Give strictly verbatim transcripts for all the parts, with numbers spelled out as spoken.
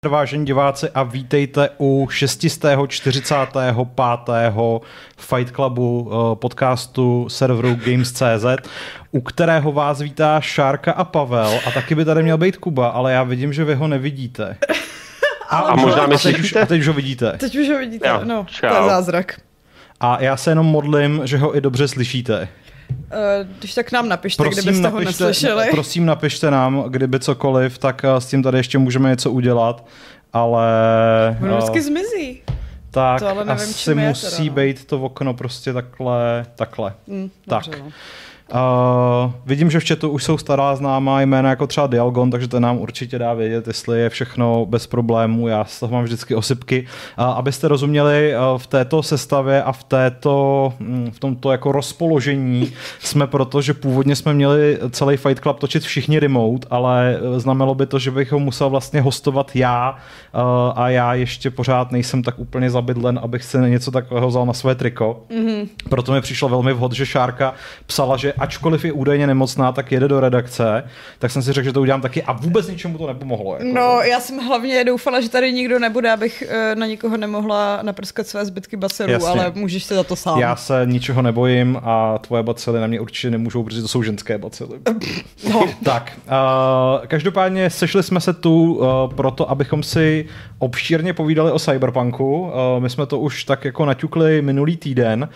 Vážení diváci, a vítejte u šestistého čtyřicátého pátého Fight Clubu podcastu serveru Games tečka cé zet, u kterého vás vítá Šárka a Pavel, a taky by tady měl být Kuba, ale já vidím, že vy ho nevidíte. A, a možná a teď, už, a teď už ho vidíte. Teď už ho vidíte, jo, no, čau. To je zázrak. A já se jenom modlím, že ho i dobře slyšíte. Uh, když tak nám napište, prosím, kdybyste ho napište, neslyšeli. Prosím, napište nám, kdyby cokoliv, tak s tím tady ještě můžeme něco udělat, ale... Ono vždycky uh, zmizí. Tak to ale nevím, asi musí teda, no. být to okno prostě takhle, takhle. Mm, tak. Dobře, no. Uh, vidím, že v chatu už jsou stará známá jména jako třeba Dialgon, takže to nám určitě dá vědět, jestli je všechno bez problémů. Já z toho mám vždycky osypky. Uh, abyste rozuměli, uh, v této sestavě a v této, um, v tomto jako rozpoložení jsme proto, že původně jsme měli celý Fight Club točit všichni remote, ale znamenalo by to, že bych ho musel vlastně hostovat já uh, a já ještě pořád nejsem tak úplně zabydlen, abych si něco takového vzal na své triko. Mm-hmm. Proto mi přišlo velmi vhod, že Šárka psala, že ačkoliv je údajně nemocná, tak jede do redakce, tak jsem si řekl, že to udělám taky a vůbec ničemu to nepomohlo. Jako. No, já jsem hlavně doufala, že tady nikdo nebude, abych na nikoho nemohla naprskat své zbytky bacilů, jasně. Ale můžeš si za to sám. Já se ničeho nebojím a tvoje bacily na mě určitě nemůžou, protože to jsou ženské bacily. No. Tak, uh, každopádně sešli jsme se tu uh, proto, abychom si obšírně povídali o Cyberpunku. Uh, my jsme to už tak jako naťukli minulý týden,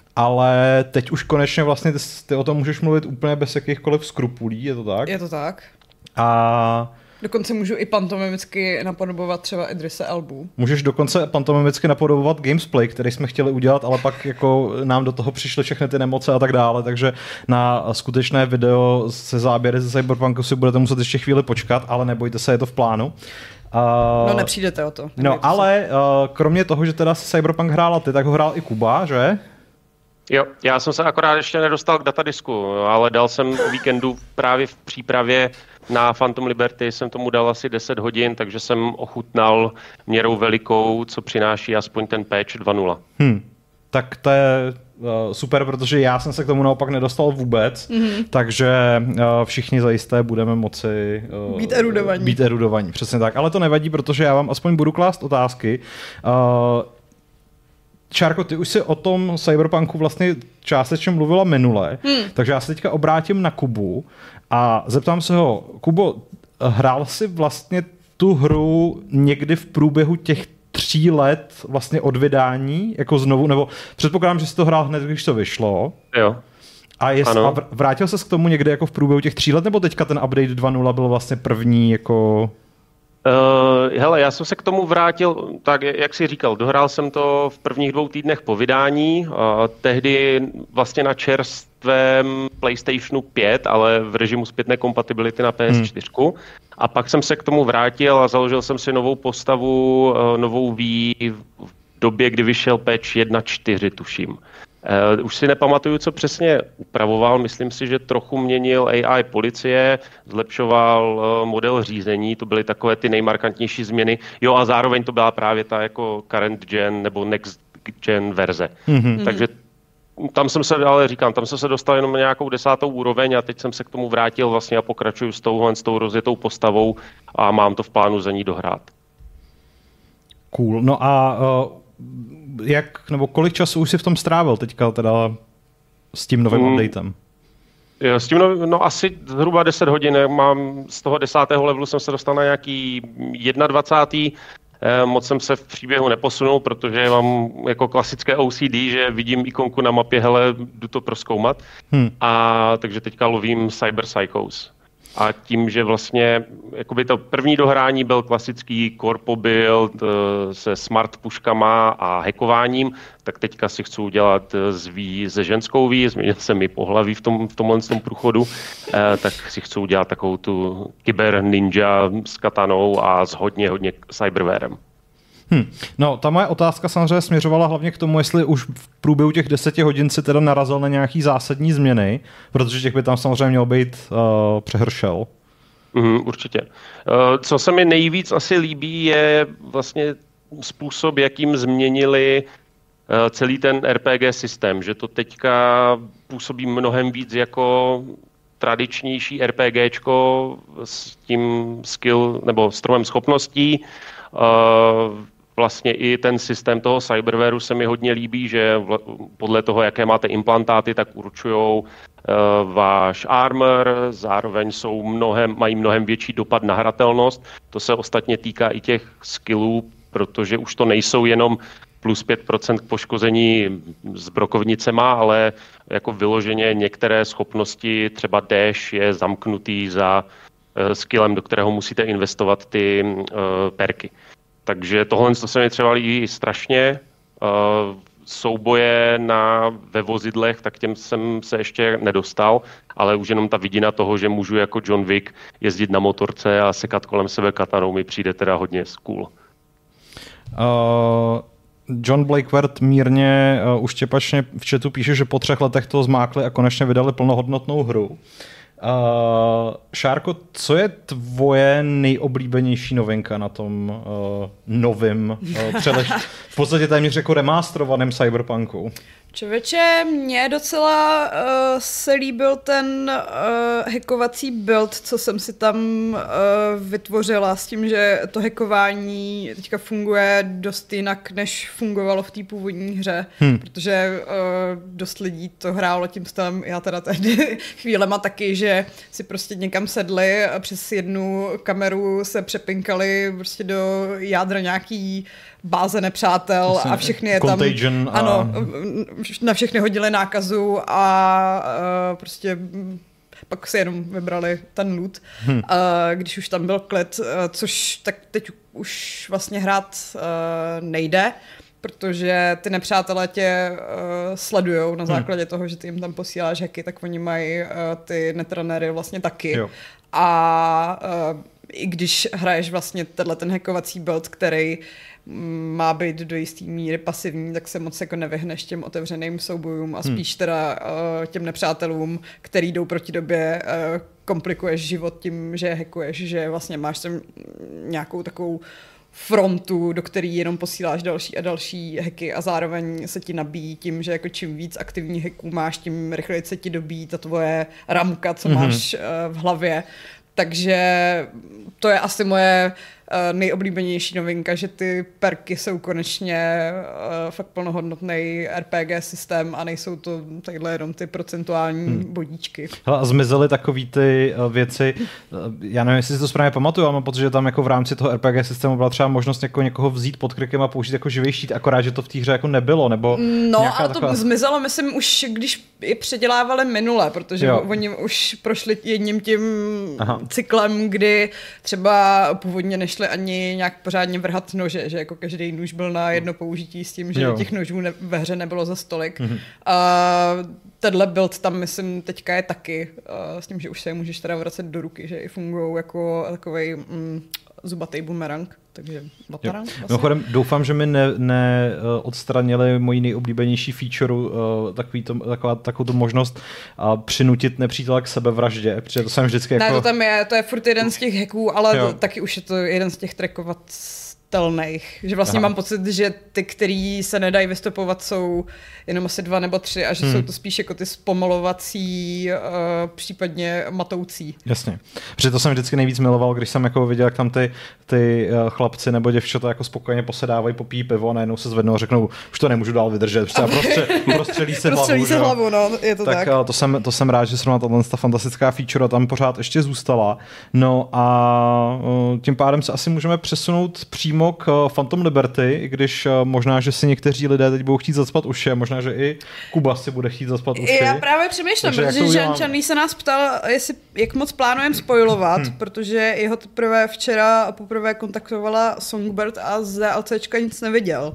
ale teď už konečně vlastně ty, ty o tom můžeš mluvit úplně bez jakýchkoliv skrupulí, je to tak? Je to tak. A... Dokonce můžu i pantomimicky napodobovat třeba Idrisa Elbu. Můžeš dokonce pantomimicky napodobovat Gamesplay, který jsme chtěli udělat, ale pak jako nám do toho přišly všechny ty nemoce a tak dále, takže na skutečné video se záběry ze Cyberpunku si budete muset ještě chvíli počkat, ale nebojte se, je to v plánu. Uh, no nepřijdete o to. No ale uh, kromě toho, že teda si Cyberpunk hrála ty, tak ho hrál i Kuba, že? Jo, já jsem se akorát ještě nedostal k datadisku, ale dal jsem o víkendu právě v přípravě na Phantom Liberty, jsem tomu dal asi deset hodin, takže jsem ochutnal měrou velikou, co přináší aspoň ten patch dva nula. Hmm. Tak to je uh, super, protože já jsem se k tomu naopak nedostal vůbec, mm-hmm. takže uh, všichni zajisté budeme moci uh, být erudovaní. Být erudovaní, přesně tak. Ale to nevadí, protože já vám aspoň budu klást otázky. Uh, Šárko, ty už si o tom Cyberpunku vlastně částečně mluvila minule, hmm. takže já se teďka obrátím na Kubu a zeptám se ho, Kubo, hrál jsi vlastně tu hru někdy v průběhu těch tří let vlastně od vydání, jako znovu, nebo předpokládám, že jsi to hrál hned, když to vyšlo. Jo. A, jest, a vrátil ses k tomu někdy jako v průběhu těch tří let, nebo teďka ten update dva nula byl vlastně první jako... Uh, hele, já jsem se k tomu vrátil, tak jak jsi říkal, dohrál jsem to v prvních dvou týdnech po vydání, uh, tehdy vlastně na čerstvém PlayStationu pět, ale v režimu zpětné kompatibility na P S čtyři. Hmm. A pak jsem se k tomu vrátil a založil jsem si novou postavu, uh, novou Wii v době, kdy vyšel patch jedna čtyři, tuším. Uh, už si nepamatuju, co přesně upravoval, myslím si, že trochu měnil A I policie, zlepšoval uh, model řízení, to byly takové ty nejmarkantnější změny. Jo, a zároveň to byla právě ta jako current gen nebo next gen verze. Mm-hmm. Takže tam jsem se, ale říkám, tam jsem se dostal jenom na nějakou desátou úroveň a teď jsem se k tomu vrátil vlastně a pokračuju s touhle, s tou rozjetou postavou a mám to v plánu za ní dohrát. Cool, no a... Uh... jak, nebo kolik času už jsi v tom strávil teďka teda s tím novým mm. updatem? Jo, s tím novým, no asi zhruba deset hodin, mám z toho desátého levelu jsem se dostal na nějaký dvacátý první Eh, moc jsem se v příběhu neposunul, protože mám jako klasické O C D, že vidím ikonku na mapě, hele, jdu to prozkoumat. Hmm. A takže teďka lovím Cyber Psychos. A tím, že vlastně jakoby to první dohrání byl klasický corpo build se smart puškama a hackováním, tak teďka si chci udělat z Wii se ženskou Wii, změnil jsem i pohlaví v, tom, v tomhle tom průchodu, eh, tak si chci udělat takovou tu kyber ninja s katanou a s hodně, hodně cyberwarem. Hmm. No, ta moje otázka samozřejmě směřovala hlavně k tomu, jestli už v průběhu těch deseti hodin si teda narazil na nějaký zásadní změny, protože těch by tam samozřejmě mělo být uh, přehršel. Mm, určitě. Uh, co se mi nejvíc asi líbí, je vlastně způsob, jakým změnili uh, celý ten R P G systém, že to teďka působí mnohem víc jako tradičnější RPGčko s tím skill nebo stromem schopností. Vlastně i ten systém toho cyberwareu se mi hodně líbí, že podle toho, jaké máte implantáty, tak určujou váš armor, zároveň jsou mnohem, mají mnohem větší dopad na hratelnost. To se ostatně týká i těch skillů, protože už to nejsou jenom plus pět procent k poškození s brokovnicema, ale jako vyloženě některé schopnosti, třeba dash je zamknutý za skillem, do kterého musíte investovat ty uh, perky. Takže tohle to se mi třeba líbí strašně. Uh, souboje na, ve vozidlech, tak těm jsem se ještě nedostal, ale už jenom ta vidina toho, že můžu jako John Wick jezdit na motorce a sekat kolem sebe katanou, mi přijde teda hodně cool. Uh... John Blakeward mírně uh, uštěpačně v chatu píše, že po třech letech to zmákli a konečně vydali plnohodnotnou hru. Uh, Šárko, co je tvoje nejoblíbenější novinka na tom uh, novým, uh, přelež, v podstatě téměř jako remasterovaném Cyberpunku? Člověče, mně docela uh, se líbil ten uh, hackovací build, co jsem si tam uh, vytvořila s tím, že to hackování teďka funguje dost jinak, než fungovalo v té původní hře, hmm. protože uh, dost lidí to hrálo tím stylem, já teda tehdy chvílema taky, že si prostě někam sedli a přes jednu kameru se přepinkali prostě do jádra nějaký báze nepřátel Myslím, a všechny je tam, a... ano, na všechny hodili nákazu a uh, prostě pak si jenom vybrali ten loot, hmm. uh, když už tam byl klid, uh, což tak teď už vlastně hrát uh, nejde, protože ty nepřátelé tě uh, sledujou na základě hmm. toho, že ty jim tam posíláš hacky, tak oni mají uh, ty netranéry vlastně taky. Jo. A uh, i když hraješ vlastně tenhle ten hackovací build, který má být do jistý míry pasivní, tak se moc jako nevyhneš těm otevřeným soubojům a spíš teda uh, těm nepřátelům, který jdou proti době, uh, komplikuješ život tím, že je hackuješ, že vlastně máš tam nějakou takovou frontu, do který jenom posíláš další a další hacky a zároveň se ti nabíjí tím, že jako čím víc aktivních hacků máš, tím rychleji se ti dobíjí ta tvoje ramka, co mm-hmm. máš uh, v hlavě. Takže to je asi moje uh, nejoblíbenější novinka, že ty perky jsou konečně uh, fakt plnohodnotný R P G systém a nejsou to takhle jenom ty procentuální hmm. bodíčky. Hele, a zmizely takový ty uh, věci, uh, já nevím, jestli si to správně pamatuju, ale mám pocit, že tam jako v rámci toho R P G systému byla třeba možnost jako někoho vzít pod krykem a použít jako živý štít, akorát, že to v té hře jako nebylo, nebo no, ale to taková... zmizelo, myslím, už když je předělávali minule, protože jo. oni už prošli jedním tím Aha. cyklem, kdy třeba původně nešli ani nějak pořádně vrhat nože, že jako každý nůž byl na jedno použití s tím, že jo. těch nožů ne- ve hře nebylo za stolik. Mm-hmm. A tenhle build tam, myslím, teďka je taky s tím, že už se je můžeš teda vracet do ruky, že i fungují jako takovej mm, zubatý bumerang. Takže batarang. Vlastně. Mimochodem, doufám, že mi neodstranili ne, uh, moji nejoblíbenější feature, uh, takový to, taková, takovou tu možnost uh, přinutit nepřítele k sebevraždě, protože to jsem vždycky jako... Ne, to tam je, to je furt jeden z těch hacků, ale to, taky už je to jeden z těch trackovatelných. Že vlastně Aha. mám pocit, že ty, který se nedají vystopovat, jsou jenom asi dva nebo tři a že hmm. jsou to spíš jako ty zpomalovací, uh, případně matoucí. Jasně. Protože to jsem vždycky nejvíc miloval, když jsem jako viděl, jak tam ty, ty uh, chlapci nebo děvčata jako spokojeně posedávají, popíjí pivo a najednou se zvednou a řeknou, už to nemůžu dál vydržet, protože prostře, prostřelí se prostřelí hlavu. se hlavu, no, je to tak. Tak uh, to jsem, to jsem rád, že zrovna tato ta fantastická feature tam pořád ještě zůstala. No a uh, tím pádem se asi můžeme přesunout přímo k uh, Phantom Liberty, i když uh, možná, že si někteří lidé teď budou chtít zacpat uši, možná, že i Kuba si bude chtít zaspat uši. Já právě přemýšlím, Takže protože Jean Chanley se nás ptal, jestli, jak moc plánujeme spoilovat, hmm. protože jeho teprve včera poprvé kontaktovala Songbird a z DLCčka nic neviděl.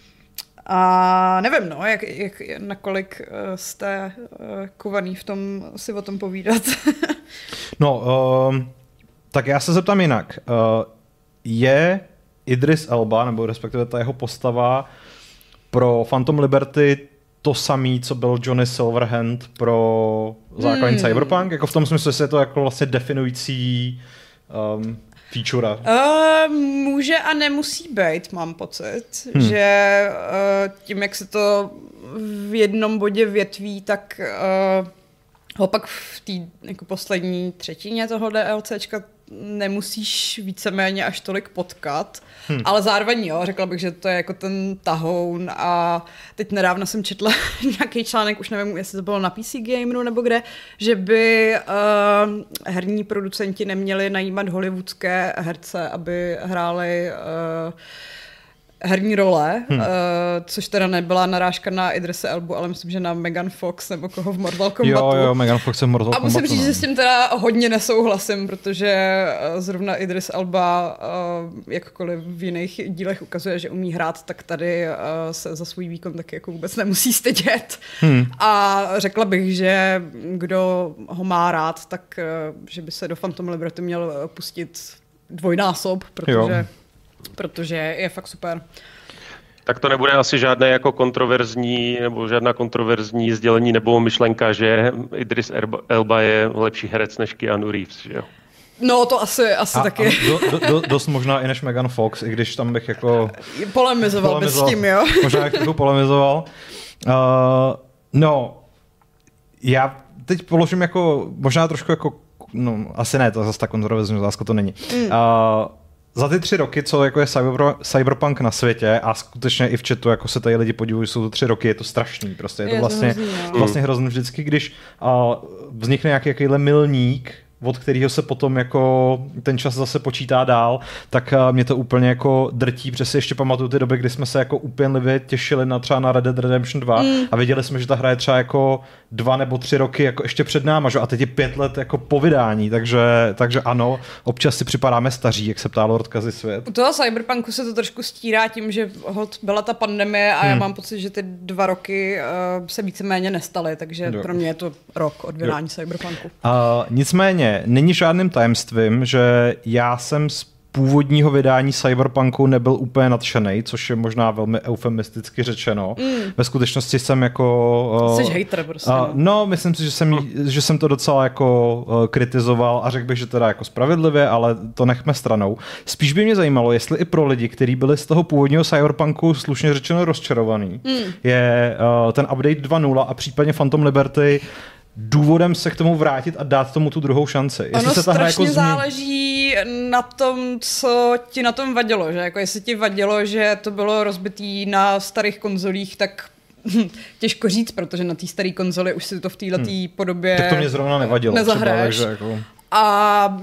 A nevím, no, jak, jak, nakolik uh, jste uh, kovaný v tom si o tom povídat. no, uh, tak já se zeptám jinak. Uh, je Idris Elba, nebo respektive ta jeho postava pro Phantom Liberty to samý, co byl Johnny Silverhand pro základní hmm. Cyberpunk? Jako v tom smyslu, že je to jako vlastně definující um, feature? Uh, může a nemusí být, mám pocit. Hmm. Že uh, tím, jak se to v jednom bodě větví, tak uh, ho pak v té jako poslední třetině toho DLCčka nemusíš víceméně až tolik potkat, Hmm. ale zároveň jo, řekla bych, že to je jako ten tahoun a teď nedávno jsem četla nějaký článek, už nevím, jestli to bylo na P C Gameru nebo kde, že by uh, herní producenti neměli najímat hollywoodské herce, aby hráli uh, herní role, hmm. uh, což teda nebyla narážka na Idrise Elbu, ale myslím, že na Megan Fox nebo koho v Mortal Kombatu. Jo, jo, Megan Fox je v Mortal Kombatu. A musím říct, že s tím teda hodně nesouhlasím, protože zrovna Idris Elba, uh, jakkoliv v jiných dílech ukazuje, že umí hrát, tak tady uh, se za svůj výkon taky jako vůbec nemusí stydět. Hmm. A řekla bych, že kdo ho má rád, tak uh, že by se do Phantom Liberty měl pustit dvojnásob, protože... Jo. protože je fakt super. Tak to nebude asi žádné jako kontroverzní nebo žádná kontroverzní sdělení nebo myšlenka, že Idris Elba je lepší herec než Keanu Reeves, že jo? No to asi, asi a, taky. A do, do, dost možná i než Megan Fox, i když tam bych jako... Polemizoval, polemizoval bez tím, jo? Možná bych trochu polemizoval. Uh, no, já teď položím jako, možná trošku jako, no asi ne, to zase tak kontroverzní otázka to není. Mm. Uh, Za ty tři roky, co jako je cyber, cyberpunk na světě a skutečně i v chatu, jako se tady lidi podívají, jsou to tři roky, je to strašný. Prostě je to je vlastně, hrozný, vlastně hrozný vždycky, když uh, vznikne nějaký jakýhle milník, od kterého se potom jako ten čas zase počítá dál, tak uh, mě to úplně jako drtí. Přesně ještě pamatuju ty doby, kdy jsme se jako úpěnlivě těšili na třeba na Red Dead Redemption dva mm. a věděli jsme, že ta hra je třeba jako dva nebo tři roky jako ještě před náma, že? A teď je pět let jako po vydání, takže, takže ano, občas si připadáme staří, jak se ptá Lord Kazi Svět. U toho Cyberpunku se to trošku stírá tím, že hod byla ta pandemie a hmm. já mám pocit, že ty dva roky uh, se víceméně nestaly, takže jo. Pro mě je to rok od vydání jo. Cyberpunku. Uh, nicméně, není žádným tajemstvím, že já jsem z původního vydání Cyberpunku nebyl úplně nadšenej, což je možná velmi eufemisticky řečeno. Mm. Ve skutečnosti jsem jako... Uh, Jsi hater prostě. Uh, no, myslím si, že jsem, že jsem to docela jako uh, kritizoval a řekl bych, že teda jako spravedlivě, ale to nechme stranou. Spíš by mě zajímalo, jestli i pro lidi, kteří byli z toho původního Cyberpunku slušně řečeno rozčarovaný, mm. je uh, ten update dva tečka nula a případně Phantom Liberty důvodem se k tomu vrátit a dát tomu tu druhou šanci. Jestli ono se ta hra jako změní... záleží na tom, co ti na tom vadilo. Že? Jako jestli ti vadilo, že to bylo rozbitý na starých konzolích, tak těžko říct, protože na té staré konzoli už si to v této hmm. podobě tak to mě zrovna nevadilo. Nezahraješ. Třeba, takže jako... A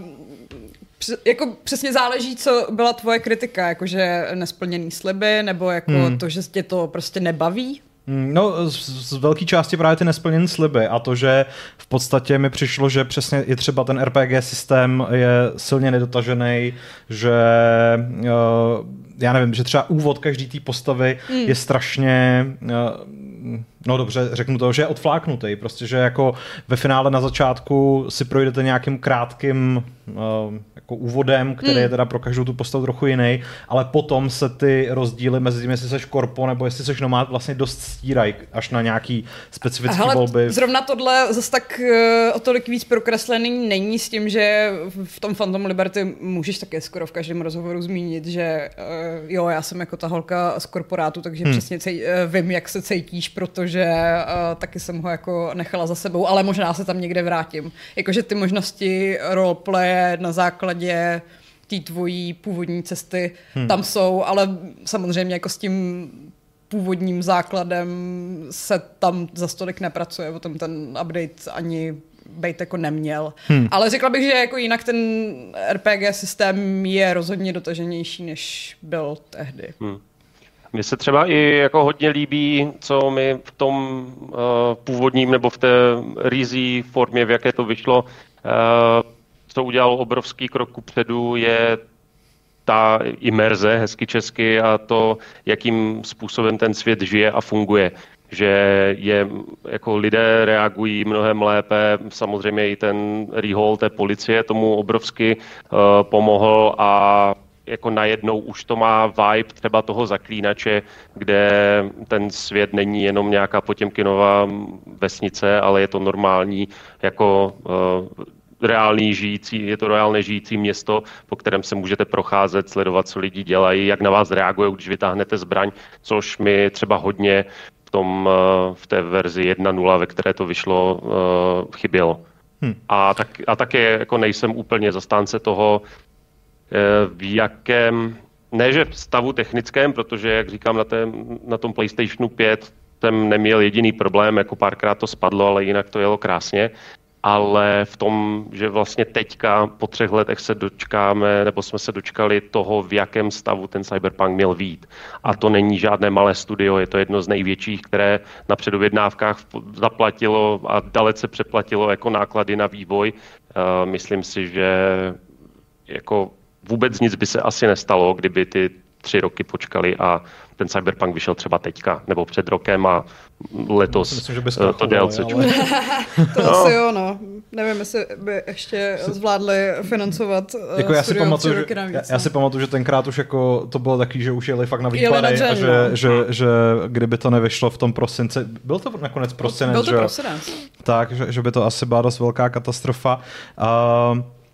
jako přesně záleží, co byla tvoje kritika, jakože nesplněný sliby, nebo jako hmm. to, že tě to prostě nebaví. No, z, z velké části právě ty nesplněné sliby a to, že v podstatě mi přišlo, že přesně i třeba ten R P G systém je silně nedotažený, že uh, já nevím, že třeba úvod každý té postavy mm. je strašně uh, no dobře, řeknu to, že je odfláknutý, prostě, že jako ve finále na začátku si projdete nějakým krátkým uh, jako úvodem, který hmm. je teda pro každou tu postavu trochu jiný, ale potom se ty rozdíly mezi tím, jestli seš korpo nebo jestli seš nomád, vlastně dost stírají až na nějaký specifické volby. Zrovna tohle zase tak uh, o tolik víc prokreslený není s tím, že v tom Phantom Liberty můžeš také skoro v každém rozhovoru zmínit, že uh, jo, já jsem jako ta holka z korporátu, takže hmm. přesně cej, uh, vím, jak se cítíš, protože že uh, taky jsem ho jako nechala za sebou, ale možná se tam někde vrátím. Jakože ty možnosti roleplaye na základě té tvojí původní cesty hmm. tam jsou, ale samozřejmě jako s tím původním základem se tam za stolik nepracuje, o tom ten update ani bejt jako neměl. Hmm. Ale řekla bych, že jako jinak ten R P G systém je rozhodně dotaženější, než byl tehdy. Hmm. Mně se třeba i jako hodně líbí, co mi v tom uh, původním nebo v té rizí formě, v jaké to vyšlo, uh, co udělalo obrovský krok kupředu, je ta imerze, hezky česky, a to, jakým způsobem ten svět žije a funguje. Že je, jako lidé reagují mnohem lépe, samozřejmě i ten rehaul té policie tomu obrovsky uh, pomohl a jako najednou už to má vibe třeba toho Zaklínače, kde ten svět není jenom nějaká Potěmkinová vesnice, ale je to normální jako uh, reálný žijící, je to reálné žijící město, po kterém se můžete procházet, sledovat, co lidi dělají, jak na vás reagují, když vytáhnete zbraň, což mi třeba hodně v tom, uh, v té verzi jedna tečka nula, ve které to vyšlo, uh, chybělo. Hmm. A, tak, a taky jako nejsem úplně zastánce toho, v jakém, ne že v stavu technickém, protože, jak říkám, na, té, na tom PlayStationu pět jsem neměl jediný problém, jako párkrát to spadlo, ale jinak to jelo krásně. Ale v tom, že vlastně teďka po třech letech se dočkáme, nebo jsme se dočkali toho, v jakém stavu ten Cyberpunk měl vyjít. A to není žádné malé studio, je to jedno z největších, které na předobjednávkách zaplatilo a dalece přeplatilo jako náklady na vývoj. Myslím si, že jako vůbec nic by se asi nestalo, kdyby ty tři roky počkali a ten Cyberpunk vyšel třeba teďka, nebo před rokem a letos myslím, že by to DLCčko. Ale... to no. asi jo, no. Nevím, jestli by ještě zvládli financovat jako já si pamatuju, roky navíc. Já, já si pamatuju, že tenkrát už jako to bylo takový, že už jeli fakt na výpady a že, no. že, že kdyby to nevyšlo v tom prosinci, byl to nakonec prosinec, byl to že? prosinec. Tak, že, že by to asi byla dost velká katastrofa. Uh,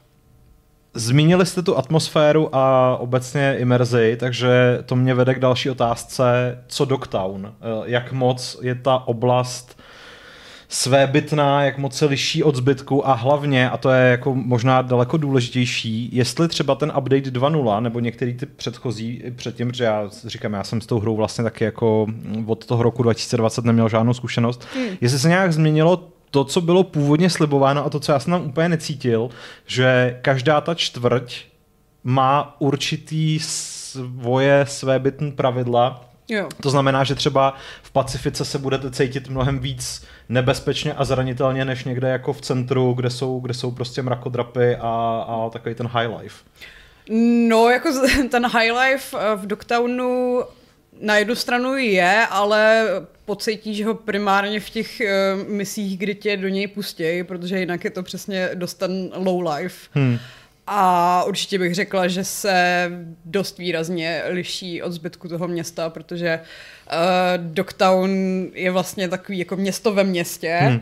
Zmínili jste tu atmosféru a obecně imerzi, takže to mě vede k další otázce, co Dogtown? Jak moc je ta oblast svébytná, jak moc se liší od zbytku a hlavně, a to je jako možná daleko důležitější, jestli třeba ten update dva tečka nula nebo některý ty předchozí předtím, protože já říkám, já jsem s tou hrou vlastně taky jako od toho roku dva tisíce dvacet neměl žádnou zkušenost, hmm. jestli se nějak změnilo to, co bylo původně slibováno a to, co já jsem tam úplně necítil, že každá ta čtvrť má určitý svoje svébytné pravidla. Jo. To znamená, že třeba v Pacifice se budete cítit mnohem víc nebezpečně a zranitelně, než někde jako v centru, kde jsou, kde jsou prostě mrakodrapy a, a takový ten high life. No, jako ten high life v Dogtownu na jednu stranu je, ale pocítí, že ho primárně v těch uh, misích, kdy tě do něj pustějí, protože jinak je to přesně dost ten low life. Hmm. A určitě bych řekla, že se dost výrazně liší od zbytku toho města, protože uh, Dogtown je vlastně takový jako město ve městě, hmm. uh,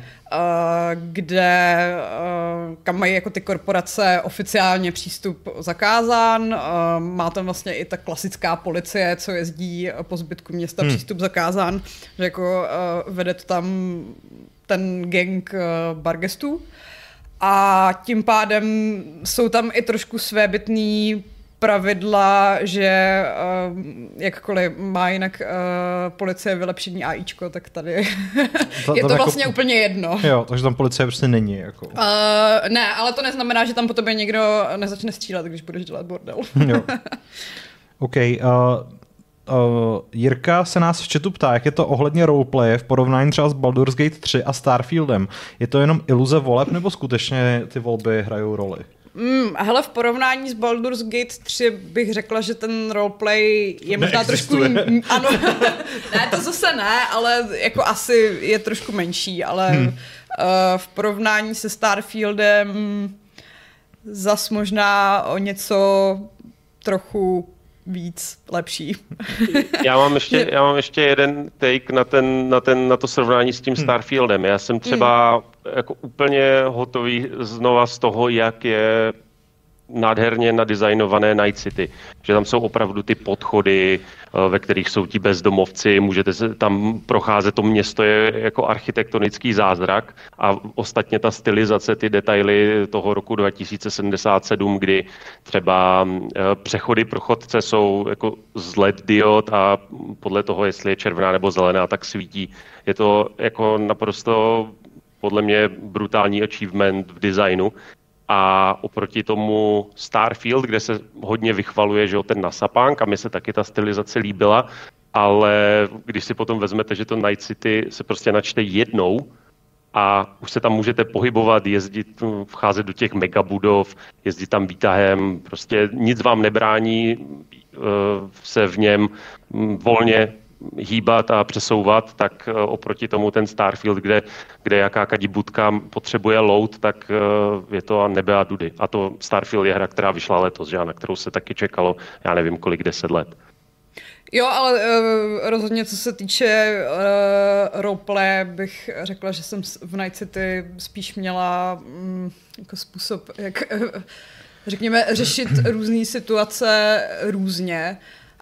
kde uh, kam mají jako ty korporace oficiálně přístup zakázán. Uh, má tam vlastně i ta klasická policie, co jezdí po zbytku města, hmm. přístup zakázán, že jako uh, vede to tam ten gang uh, bargestů. A tím pádem jsou tam i trošku svébytný pravidla, že uh, jakkoliv má jinak uh, policie vylepšení AIčko, tak tady to, je to vlastně jako, úplně jedno. Jo, takže tam policie prostě není. Jako. Uh, ne, ale to neznamená, že tam po tobě někdo nezačne střílet, když budeš dělat bordel. Jo. OK. Uh, Uh, Jirka se nás v chatu ptá, jak je to ohledně roleplaye v porovnání třeba s Baldur's Gate tři a Starfieldem. Je to jenom iluze voleb, nebo skutečně ty volby hrajou roli? Mm, hele, v porovnání s Baldur's Gate tři bych řekla, že ten roleplay je možná Neexistuje. trošku... Ano, ne, to zase ne, ale jako asi je trošku menší, ale hmm. uh, v porovnání se Starfieldem zas možná o něco trochu víc lepší. já, mám ještě, já mám ještě jeden take na, ten, na, ten, na to srovnání s tím Starfieldem. Já jsem třeba hmm. jako úplně hotový znova z toho, jak je nádherně nadizajnované Night City. Že tam jsou opravdu ty podchody, ve kterých jsou ti bezdomovci, můžete se tam procházet, to město je jako architektonický zázrak a ostatně ta stylizace, ty detaily toho roku dva tisíce sedmdesát sedm, kdy třeba přechody pro chodce jsou jako z L E D diod a podle toho, jestli je červená nebo zelená, tak svítí. Je to jako naprosto podle mě brutální achievement v designu. A oproti tomu Starfield, kde se hodně vychvaluje, že jo, ten nasapánk, a mi se taky ta stylizace líbila, ale když si potom vezmete, že to Night City se prostě načte jednou a už se tam můžete pohybovat, jezdit, vcházet do těch megabudov, jezdit tam výtahem, prostě nic vám nebrání uh, se v něm volně hýbat a přesouvat, tak uh, oproti tomu ten Starfield, kde, kde jaká kadibudka potřebuje load, tak uh, je to nebe a dudy. A to Starfield je hra, která vyšla letos, že? Na kterou se taky čekalo, já nevím kolik, deset let. Jo, ale uh, rozhodně co se týče uh, roleplay, bych řekla, že jsem v Night City spíš měla um, jako způsob, jak uh, řekněme, řešit různé situace různě.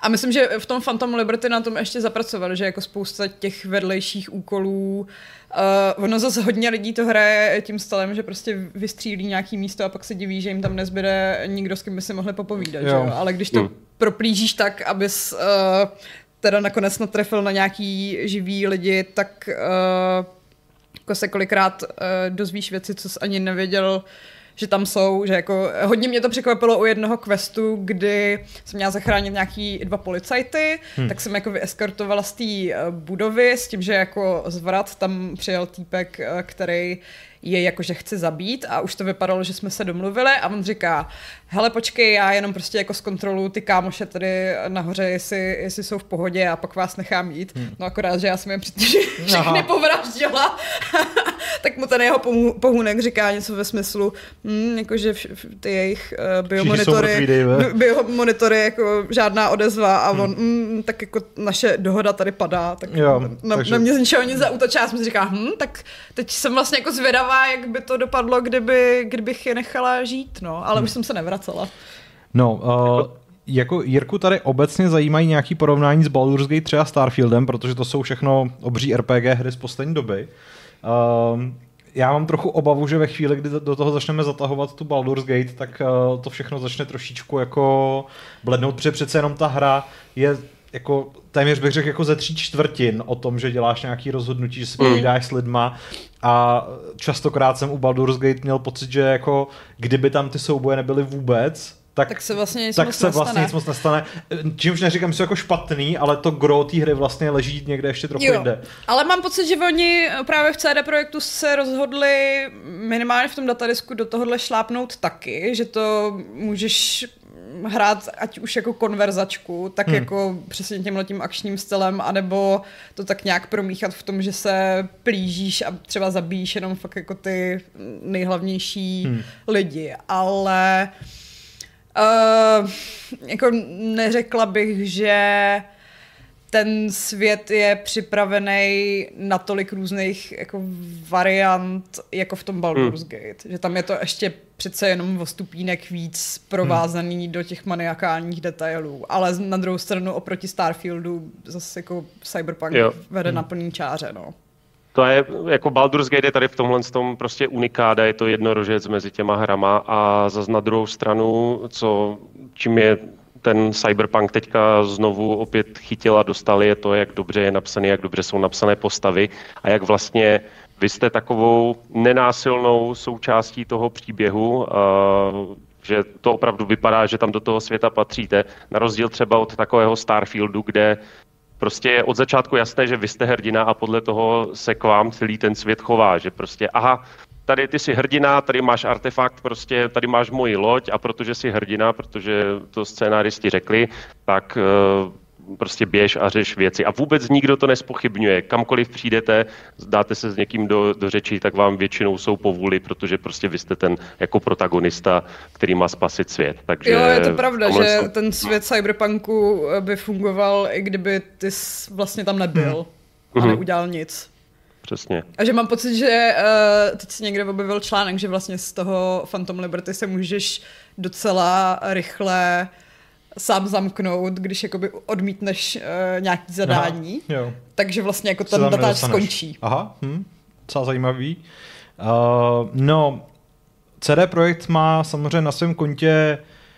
A myslím, že v tom Phantom Liberty na tom ještě zapracovali, že jako spousta těch vedlejších úkolů, uh, ono zase hodně lidí to hraje tím stylem, že prostě vystřílí nějaký místo a pak se diví, že jim tam nezbyde nikdo, s kým by si mohli popovídat, jo. Že jo? Ale když to mm. proplížíš tak, abys uh, teda nakonec natrefil na nějaký živý lidi, tak uh, jako se kolikrát uh, dozvíš věci, co jsi ani nevěděl, že tam jsou, že jako hodně mě to překvapilo u jednoho questu, kdy jsem měla zachránit nějaký dva policajty, hmm. tak jsem jako vyeskortovala z té budovy s tím, že jako zvrat tam přijel týpek, který je jako, že chci zabít a už to vypadalo, že jsme se domluvili a on říká, hele počkej, já jenom prostě jako zkontroluji ty kámoše tady nahoře, jestli, jestli jsou v pohodě a pak vás nechám jít. Hmm. No akorát, že já jsem je předtím všechny povraždila. Tak mu ten jeho pohůnek říká něco ve smyslu, hm, jakože ty jejich uh, biomonitory, biomonitory jako žádná odezva a on, hmm. hm, tak jako naše dohoda tady padá, tak jo, na, takže... na mě z ničeho nic zaútočí. Já jsem si říká, hm, tak teď jsem vlastně jako zvědavá, jak by to dopadlo, kdyby, kdybych je nechala žít, no, ale hmm. už jsem se nevracela. No, uh... jako Jirku tady obecně zajímají nějaký porovnání s Baldur's Gate tři a Starfieldem, protože to jsou všechno obří R P G hry z poslední doby. Um, já mám trochu obavu, že ve chvíli, kdy do toho začneme zatahovat tu Baldur's Gate, tak uh, to všechno začne trošičku jako blednout, protože přece jenom ta hra je jako téměř bych řekl jako ze tří čtvrtin o tom, že děláš nějaký rozhodnutí, že si povídáš mm. s lidma a častokrát jsem u Baldur's Gate měl pocit, že jako kdyby tam ty souboje nebyly vůbec, Tak, tak se vlastně nic tak moc se nestane. vlastně nic moc nestane. Čímž neříkám, že jsou jako špatný, ale to gro té hry vlastně leží někde ještě trochu jo. jinde. Ale mám pocit, že oni právě v C D Projektu se rozhodli minimálně v tom datadisku do tohohle šlápnout taky, že to můžeš hrát ať už jako konverzačku, tak hmm. jako přesně tímhletím akčním stylem, anebo to tak nějak promíchat v tom, že se plížíš a třeba zabíjíš jenom fakt jako ty nejhlavnější hmm. lidi. Ale Uh, jako neřekla bych, že ten svět je připravený na tolik různých jako variant, jako v tom Baldur's hmm. Gate. Že tam je to ještě přece jenom o stupínek víc provázaný hmm. do těch maniakálních detailů. Ale na druhou stranu oproti Starfieldu zase jako Cyberpunk jo. vede hmm. na plný čáře, no. To je, jako Baldur's Gate je tady v tomhle tom prostě unikáda, je to jednorožec mezi těma hrama a zase na druhou stranu, co, čím je ten Cyberpunk teďka znovu opět chytil a dostal, je to, jak dobře je napsaný, jak dobře jsou napsané postavy a jak vlastně vy jste takovou nenásilnou součástí toho příběhu, a že to opravdu vypadá, že tam do toho světa patříte, na rozdíl třeba od takového Starfieldu, kde prostě je od začátku jasné, že vy jste hrdina a podle toho se k vám celý ten svět chová, že prostě aha, tady ty jsi hrdina, tady máš artefakt, prostě tady máš moji loď a protože jsi hrdina, protože to scénáristi řekli, tak uh, prostě běž a řeš věci. A vůbec nikdo to nespochybňuje. Kamkoliv přijdete, dáte se s někým do, do řeči, tak vám většinou jsou povůli, protože prostě vy jste ten jako protagonista, který má spasit svět. Takže jo, je to pravda, že jsou... ten svět Cyberpunku by fungoval, i kdyby ty jsi vlastně tam nebyl hmm. a neudělal nic. Přesně. A že mám pocit, že uh, teď si někde objevil článek, že vlastně z toho Phantom Liberty se můžeš docela rychle sám zamknout, když jakoby odmítneš uh, nějaký zadání. Aha, jo. Takže vlastně jako ten datáč skončí. Aha, hm, docela zajímavý. Uh, no, C D Projekt má samozřejmě na svém kontě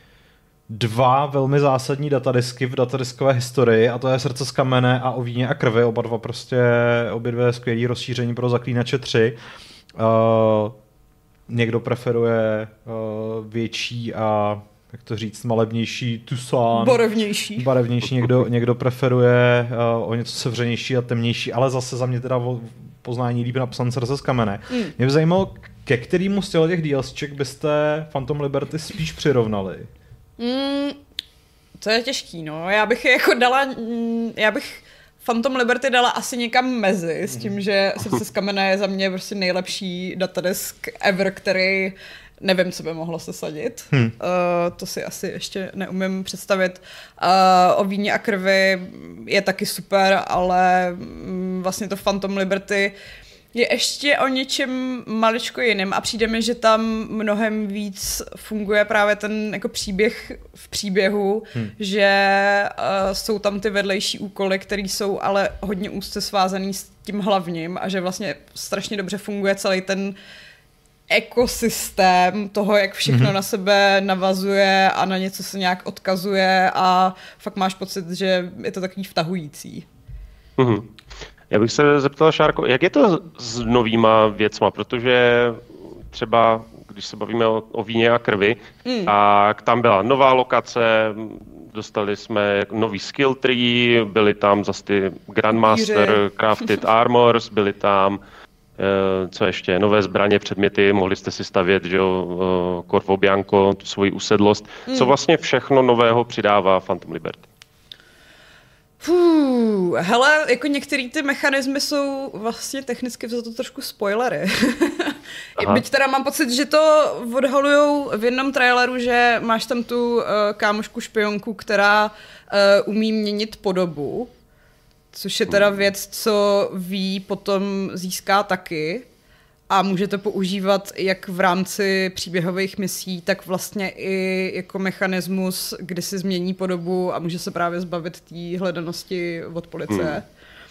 dva velmi zásadní datadisky v datadiskové historii, a to je Srdce z kamene a O víně a krvi, oba dva prostě, obě dvě skvělý rozšíření pro Zaklínače tři. Uh, někdo preferuje uh, větší a jak to říct, malebnější Tucson. Barevnější. Barevnější, někdo, někdo preferuje uh, o něco sevřenější a temnější, ale zase za mě teda o poznání líp napsan Srdce z kamene. Mm. Mě by zajímalo, ke kterému z těch DLCček byste Phantom Liberty spíš přirovnali? Mm, to je těžký, no. Já bych je jako dala, já bych Phantom Liberty dala asi někam mezi, s tím, že Srdce z kamene je za mě prostě nejlepší datadisk ever, který nevím, co by mohlo sesadit. Hmm. Uh, to si asi ještě neumím představit. Uh, O víně a krvi je taky super, ale um, vlastně to Phantom Liberty je ještě o něčem maličko jiným a přijde mi, že tam mnohem víc funguje právě ten jako příběh v příběhu, hmm. že uh, jsou tam ty vedlejší úkoly, které jsou ale hodně úzce svázaný s tím hlavním a že vlastně strašně dobře funguje celý ten ekosystém toho, jak všechno mm-hmm. na sebe navazuje a na něco se nějak odkazuje a fakt máš pocit, že je to takový vtahující. Mm-hmm. Já bych se zeptal, Šárko, jak je to s novýma věcma, protože třeba, když se bavíme o, o víně a krvi, mm. tak tam byla nová lokace, dostali jsme nový skill tree, byly tam zase ty Grandmaster Díry. Crafted Armors, byly tam co ještě, nové zbraně, předměty, mohli jste si stavět, že jo, Corvo Bianco, tu svoji usedlost. Mm. Co vlastně všechno nového přidává Phantom Liberty? Fuh, hele, jako některé ty mechanismy jsou vlastně technicky vzato trošku spoilery. Byť teda mám pocit, že to odhalujou v jednom traileru, že máš tam tu uh, kámošku špionku, která uh, umí měnit podobu, což je teda věc, co ví potom získá taky a může to používat jak v rámci příběhových misí, tak vlastně i jako mechanismus, kdy si změní podobu a může se právě zbavit té hledanosti od policie. Hmm.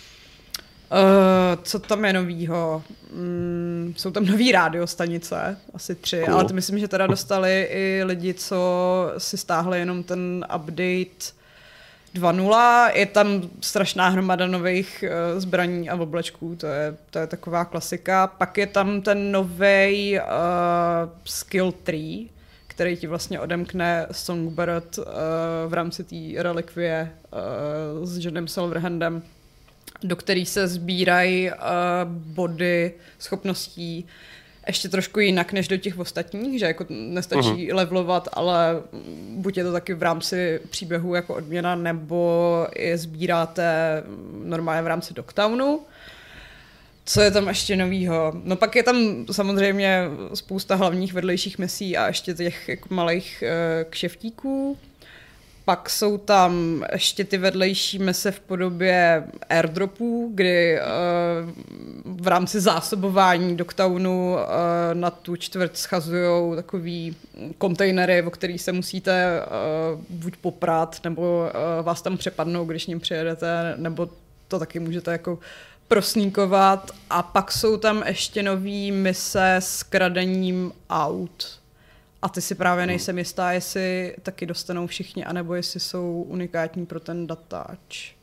Uh, co tam je novýho? Mm, jsou tam nový rádiostanice, asi tři, cool. Ale to myslím, že teda dostali i lidi, co si stáhli jenom ten update dva nula, je tam strašná hromada nových uh, zbraní a oblečků, to je, to je taková klasika. Pak je tam ten novej uh, skill tree, který ti vlastně odemkne Songbird uh, v rámci té relikvie uh, s Johnem Silverhandem, do který se sbírají uh, body schopností ještě trošku jinak než do těch ostatních, že jako nestačí uh-huh. levelovat, ale buď je to taky v rámci příběhu jako odměna, nebo je sbíráte normálně v rámci Dogtownu. Co je tam ještě novýho? No pak je tam samozřejmě spousta hlavních vedlejších misí a ještě těch jako malých uh, kšeftíků. Pak jsou tam ještě ty vedlejší mise v podobě airdropů, kdy uh, v rámci zásobování Dogtownu uh, na tu čtvrť schazujou takový kontejnery, o který se musíte uh, buď poprat, nebo uh, vás tam přepadnou, když ním přijedete, nebo to taky můžete jako prosníkovat. A pak jsou tam ještě nový mise s kradením aut. A ty si právě nejsem jistá, jestli taky dostanou všichni, anebo jestli jsou unikátní pro ten datáč.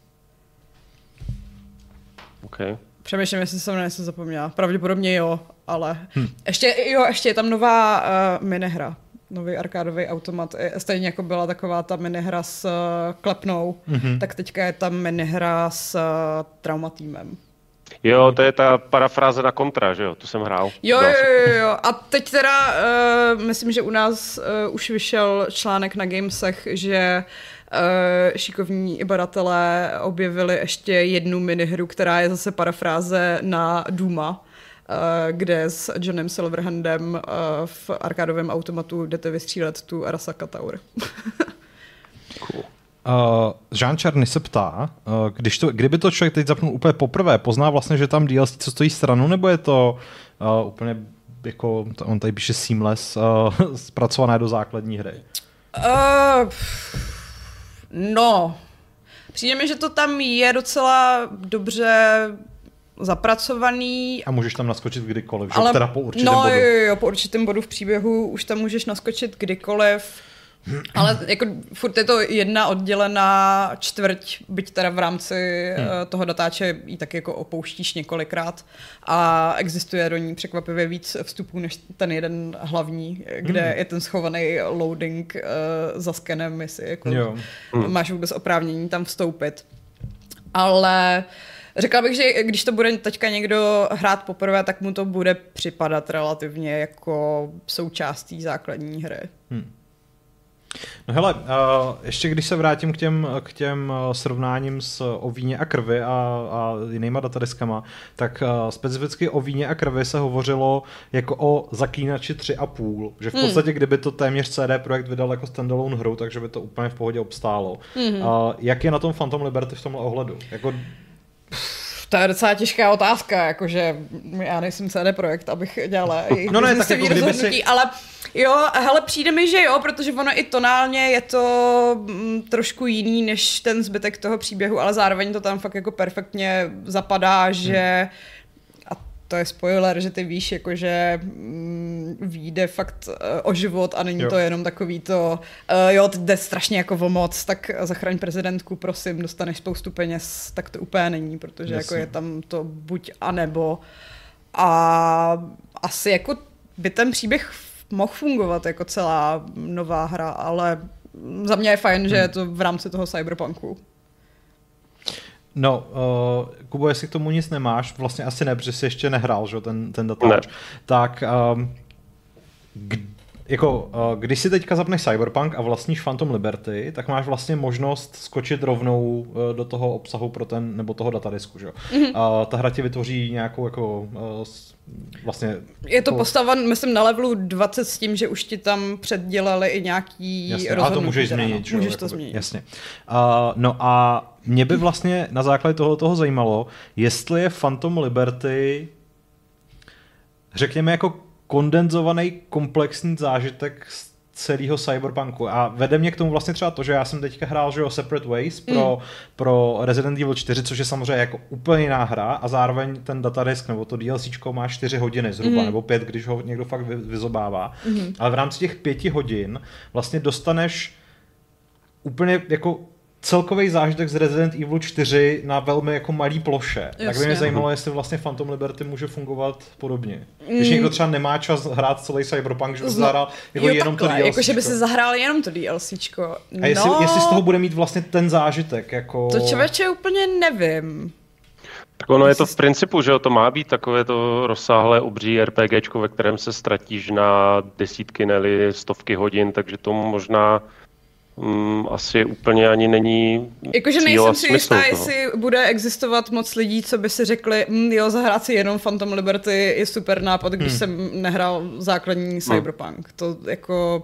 Okay. Přemýšlím, jestli jsem na něco zapomněla. Pravděpodobně jo, ale hm. ještě, jo, ještě je tam nová uh, minihra. Nový arkádový automat. Stejně jako byla taková ta minihra s uh, klepnou, mm-hmm. tak teďka je tam minihra s uh, traumatýmem. Jo, to je ta parafráze na Contra, že jo? Tu jsem hrál. Jo, jo, jo, jo. A teď teda uh, myslím, že u nás uh, už vyšel článek na Gamesech, že uh, šikovní badatelé objevili ještě jednu minihru, která je zase parafráze na Dooma, uh, kde s Johnem Silverhandem uh, v arkádovém automatu jdete vystřílet tu Arasaka Tower. Cool. Uh, Jean Černy se ptá, uh, když to, kdyby to člověk teď zapnul úplně poprvé, pozná vlastně, že tam D L C co stojí stranu, nebo je to uh, úplně jako, on tady píše seamless, uh, zpracované do základní hry? Uh, no, přijde mi, že to tam je docela dobře zapracovaný. A můžeš tam naskočit kdykoliv, ale, že teda po určitém no, bodu. Jo, jo, po určitém bodu v příběhu už tam můžeš naskočit kdykoliv. Ale jako furt je to jedna oddělená čtvrť, byť teda v rámci hmm. toho datáče ji tak jako opouštíš několikrát a existuje do ní překvapivě víc vstupů než ten jeden hlavní, kde hmm. je ten schovaný loading uh, za skenem, jestli jako hmm. máš vůbec oprávnění tam vstoupit. Ale řekla bych, že když to bude teďka někdo hrát poprvé, tak mu to bude připadat relativně jako součástí základní hry. Hmm. No hele, uh, ještě když se vrátím k těm, k těm uh, srovnáním s o víně a krvi a, a jinýma datadiskama, tak uh, specificky o víně a krvi se hovořilo jako o Zaklínači tři a půl, že v podstatě kdyby to téměř C D Projekt vydal jako standalone hru, takže by to úplně v pohodě obstálo. Mm-hmm. Uh, jak je na tom Phantom Liberty v tomhle ohledu? Jako... To je docela těžká otázka, jakože já nejsem C D Projekt, abych dělala jejich no ne, tak jako rozhodnutí, si... ale jo, hele, přijde mi, že jo, protože ono i tonálně je to m, trošku jiný než ten zbytek toho příběhu, ale zároveň to tam fakt jako perfektně zapadá, že a to je spoiler, že ty víš, jakože mm, vyjde fakt uh, o život a není jo. to jenom takový to, uh, jo, teď jde strašně jako o moc, tak zachraň prezidentku, prosím, dostaneš spoustu peněz, tak to úplně není, protože jako je tam to buď a nebo. A asi jako by ten příběh mohl fungovat jako celá nová hra, ale za mě je fajn, že je to v rámci toho cyberpunku. No, uh, Kubo, jestli k tomu nic nemáš, vlastně asi ne, protože jsi ještě nehrál, že, ten, ten datáč, tak um, k, jako, uh, když si teďka zapneš Cyberpunk a vlastníš Phantom Liberty, tak máš vlastně možnost skočit rovnou uh, do toho obsahu pro ten, nebo toho datadisku, že? Mm-hmm. Uh, ta hra ti vytvoří nějakou jako uh, vlastně... Je to postaven, myslím, na levelu dvacet s tím, že už ti tam předdělali i nějaký jasně, rozhodnutí. A to můžeš změnit, no. že? Můžeš jako to změnit. Jasně. Uh, no a mě by vlastně na základě toho toho zajímalo, jestli je Phantom Liberty, řekněme, jako kondenzovaný komplexní zážitek z celého Cyberpunku. A vede mě k tomu vlastně třeba to, že já jsem teďka hrál, že jo, Separate Ways pro, mm. pro Resident Evil čtyři, což je samozřejmě jako úplně jiná hra a zároveň ten datadisk nebo to DLCčko má čtyři hodiny zhruba, mm. nebo pět, když ho někdo fakt vyzobává. Mm. Ale v rámci těch pěti hodin vlastně dostaneš úplně jako celkový zážitek z Resident Evil čtyři na velmi jako malý ploše. Jasně. Tak by mě zajímalo, jestli vlastně Phantom Liberty může fungovat podobně. Mm. Když někdo třeba nemá čas hrát celý Cyberpunk, že by Zna... zahrál jako jo, jenom takhle, to DLCčko. Jako, že by si zahrál jenom to DLCčko. A jestli, no, jestli z toho bude mít vlastně ten zážitek, jako... To člověče úplně nevím. Tak ono je to v principu, že to má být takové to rozsáhlé obří RPGčko, ve kterém se ztratíš na desítky, neli stovky hodin, takže to možná Mm, asi úplně ani není. Jakože nejsem si jistá, jestli bude existovat moc lidí, co by si řekli, mm, jo, zahrát si jenom Phantom Liberty je super nápad, když hmm. jsem nehrál základní Cyberpunk. Hmm. To jako...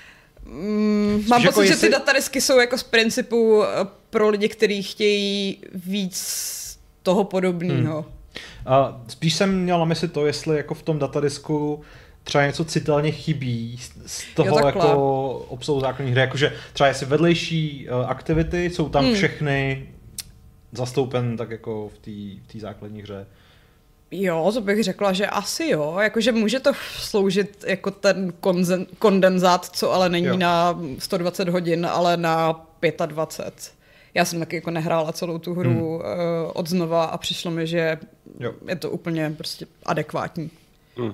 Mm, mám pocit, jako že jestli... ty datadisky jsou jako z principu pro lidi, kteří chtějí víc toho podobného. Hmm. A spíš jsem měl na mysli to, jestli jako v tom datadisku třeba něco citelně chybí z toho jako obsahu základní hry, jakože třeba jestli vedlejší uh, aktivity jsou tam hmm. všechny zastoupen tak jako v té v základní hře. Jo, to bych řekla, že asi jo, jakože může to sloužit jako ten konzen, kondenzát, co ale není jo. na sto dvacet hodin, ale na dvacet pět. Já jsem taky jako nehrála celou tu hru hmm. uh, od znova a přišlo mi, že jo. je to úplně prostě adekvátní. Hmm.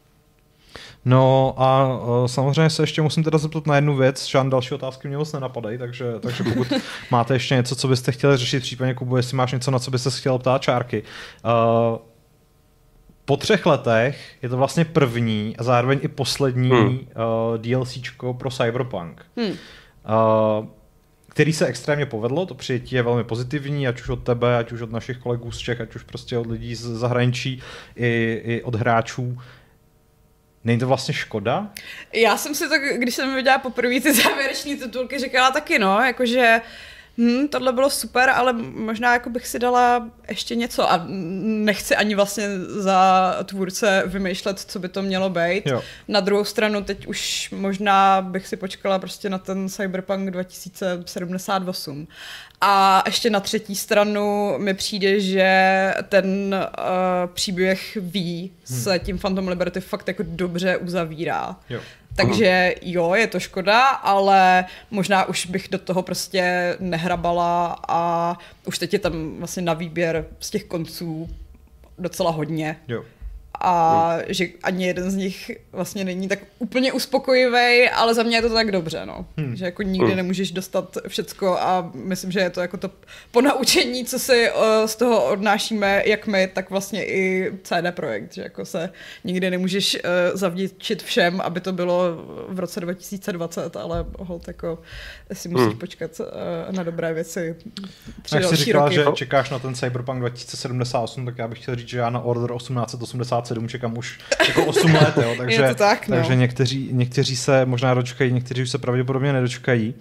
No a uh, samozřejmě se ještě musím teda zeptat na jednu věc, žádné další otázky mě moc nenapadají, takže, takže pokud máte ještě něco, co byste chtěli řešit, případně Kubu, jestli máš něco, na co byste chtěl ptát Čárky. Uh, po třech letech je to vlastně první a zároveň i poslední hmm. uh, DLCčko pro Cyberpunk. Hmm. Uh, který se extrémně povedlo, to přijetí je velmi pozitivní, ať už od tebe, ať už od našich kolegů z Čech, ať už prostě od lidí z zahraničí i, i od hráčů. Není to vlastně škoda? Já jsem si to, když jsem viděla poprvé ty závěreční titulky, říkala taky, no, jakože hm, tohle bylo super, ale možná jako bych si dala ještě něco a nechci ani vlastně za tvůrce vymýšlet, co by to mělo být. Jo. Na druhou stranu teď už možná bych si počkala prostě na ten Cyberpunk dva tisíce sedmdesát osm. A ještě na třetí stranu mi přijde, že ten uh, příběh ví hmm. se tím Phantom Liberty fakt jako dobře uzavírá. Jo. Takže jo, je to škoda, ale možná už bych do toho prostě nehrabala a už teď je tam vlastně na výběr z těch konců docela hodně. Jo. A hmm. že ani jeden z nich vlastně není tak úplně uspokojivý, ale za mě je to tak dobře, no. Hmm. Že jako nikdy hmm. nemůžeš dostat všecko a myslím, že je to jako to ponaučení, co si uh, z toho odnášíme, jak my, tak vlastně i C D Projekt, že jako se nikdy nemůžeš uh, zavděčit všem, aby to bylo v roce dva tisíce dvacet, ale holt jako si musíš hmm. počkat uh, na dobré věci. Jak jsi říkala, roky. Že čekáš na ten Cyberpunk dva tisíce sedmdesát osm, tak já bych chtěl říct, že já na Order osmnáct osmdesát sedm čekám už jako osm let, jo, takže, tak, no. takže někteří, někteří se možná dočkají, někteří už se pravděpodobně nedočkají.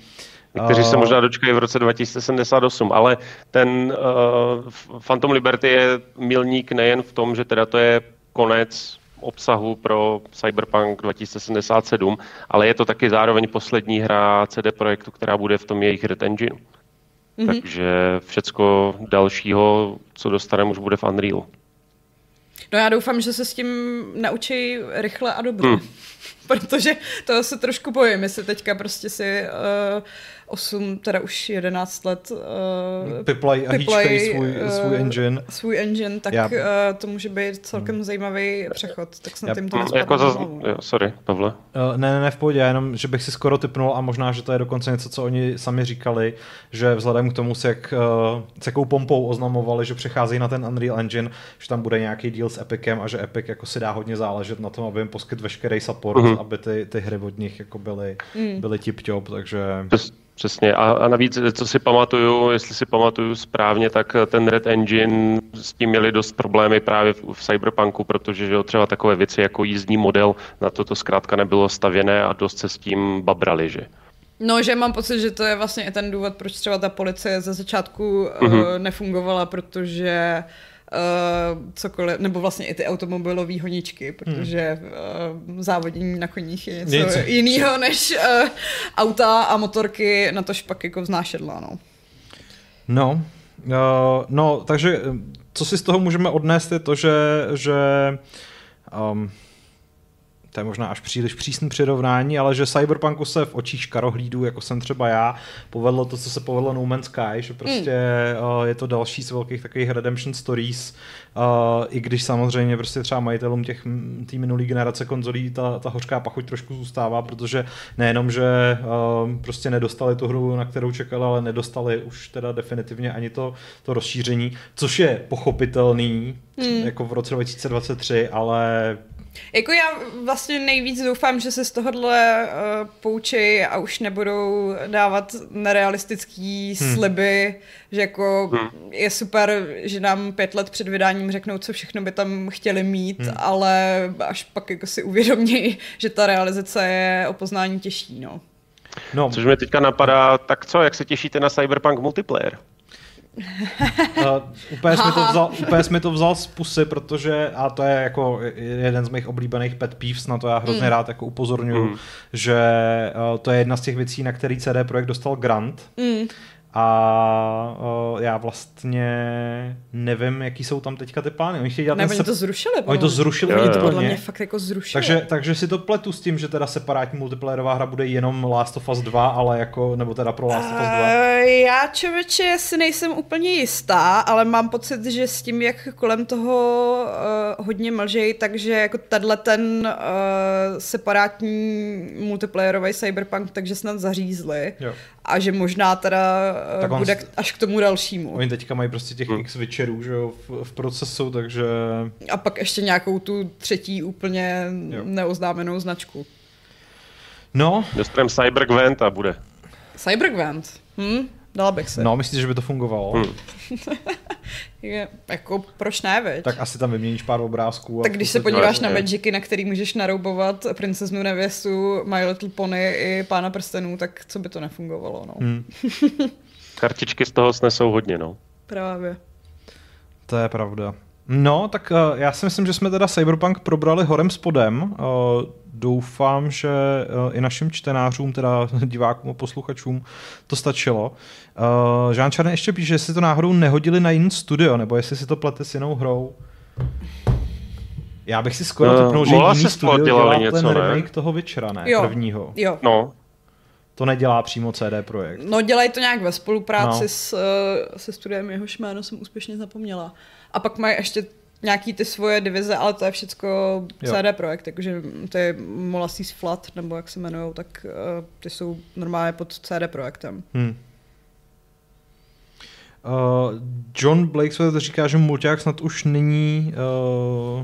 Kteří se možná dočkají v roce dva tisíce sedmdesát osm, ale ten uh, Phantom Liberty je milník nejen v tom, že teda to je konec obsahu pro Cyberpunk dva tisíce sedmdesát sedm, ale je to taky zároveň poslední hra C D Projektu, která bude v tom jejich Red Engine. Mm-hmm. Takže všecko dalšího, co dostaneme, už bude v Unreal. No já doufám, že se s tím naučí rychle a dobře. Hmm. Protože to se trošku bojím, jestli teďka prostě si uh, osm, teda už jedenáct let uh, piplaj a hýčkají svůj, uh, svůj engine. Svůj engine, tak uh, to může být celkem hmm. zajímavý přechod. Tak snad jim to nespadne jako za... jo, sorry, Pavle. Uh, ne, ne, ne, v pohodě, jenom, že bych si skoro tipnul a možná, že to je dokonce něco, co oni sami říkali, že vzhledem k tomu, s, jak, uh, s jakou pompou oznamovali, že přecházejí na ten Unreal Engine, že tam bude nějaký deal s Epicem a že Epic jako si dá hodně záležet na tom, aby jim poskyt veškerý support, mm-hmm. aby ty, ty hry od nich jako byly, mm. byly tip-top, takže... Přesně. A, a navíc, co si pamatuju, jestli si pamatuju správně, tak ten Red Engine s tím měli dost problémy právě v, v Cyberpunku, protože že třeba takové věci jako jízdní model, na to to zkrátka nebylo stavěné a dost se s tím babrali, že? No, že mám pocit, že to je vlastně i ten důvod, proč třeba ta policie ze začátku mm-hmm. uh, nefungovala, protože Uh, cokoliv, nebo vlastně i ty automobilové honičky, protože uh, závodění na koních je něco, něco. jiného než uh, auta a motorky, na to špak jako vznášedla, no. No, uh, no, takže co si z toho můžeme odnést je to, že, že um, to je možná až příliš přísný přirovnání, ale že Cyberpunku se v očích škarohlídů, jako jsem třeba já, povedlo to, co se povedlo No Man's Sky, že prostě mm. uh, je to další z velkých takových redemption stories, uh, i když samozřejmě prostě třeba majitelům těch té minulý generace konzolí ta, ta hořká pachuť trošku zůstává, protože nejenom, že uh, prostě nedostali tu hru, na kterou čekali, ale nedostali už teda definitivně ani to, to rozšíření, což je pochopitelný, mm. jako v roce dva tisíce dvacet tři, ale jako já vlastně nejvíc doufám, že se z tohohle uh, poučí a už nebudou dávat nerealistický hmm. sliby, že jako hmm. je super, že nám pět let před vydáním řeknou, co všechno by tam chtěli mít, hmm. ale až pak jako si uvědomí, že ta realizace je o poznání těžší, no. no. Což mě teďka napadá, tak co, jak se těšíte na Cyberpunk multiplayer? Uh, úplně, jsi mi to vzal, úplně jsi mi to vzal z pusy, protože, a to je jako jeden z mých oblíbených pet peeves, na to já hrozně mm. rád jako upozorňuji, mm. že uh, to je jedna z těch věcí, na který C D Projekt dostal grant. Mm. A uh, já vlastně nevím, jaký jsou tam teďka ty plány. Oni chtějí dělat ne, ten oni to zrušili. Oni to zrušili. Oni to podle mě fakt jako zrušili. Takže, takže si to pletu s tím, že teda separátní multiplayerová hra bude jenom Last of Us dva, ale jako, nebo teda pro Last of Us dva. Uh, já člověče si nejsem úplně jistá, ale mám pocit, že s tím, jak kolem toho uh, hodně mlžej, takže jako tenhle ten uh, separátní multiplayerový Cyberpunk, takže snad zařízli. Jo. A že možná teda tak bude on, až k tomu dalšímu. Oni teďka mají prostě těch hmm. x Witcherů, že jo, v, v procesu, takže... A pak ještě nějakou tu třetí úplně jo. neoznámenou značku. No. Dostaneme Cybergvent a bude. Cybergvent? Hm? Dala bych se. No, myslíš, že by to fungovalo? Hmm. Je, jako, proč ne, veď? Tak asi tam vyměníš pár obrázků. A tak když se podíváš na Magicy, na který můžeš naroubovat princeznu nevěstu, My Little Pony i Pána prstenů, tak co by to nefungovalo, no. Hmm. Kartičky z toho snesou hodně, no. Právě. To je pravda. No, tak uh, já si myslím, že jsme teda Cyberpunk probrali horem spodem. Uh, doufám, že uh, i našim čtenářům, teda divákům a posluchačům to stačilo. Uh, Žán Čarný ještě píše, jestli to náhodou nehodili na jiný studio, nebo jestli si to plete s jinou hrou. Já bych si skoro uh, typnul, že jiný studio dělá něco, ten remake ne? toho Witchera, ne? Jo. Prvního. Jo. No. To nedělá přímo C D Projekt. No, dělají to nějak ve spolupráci no. s, se studiem, jehož jméno jsem úspěšně zapomněla. A pak mají ještě nějaký ty svoje divize, ale to je všecko C D Projekt, takže ty Molasses Flood, nebo jak se jmenujou, tak uh, ty jsou normálně pod C D Projektem. Hmm. Uh, John Blakesworth říká, že mulťák snad už není... Uh...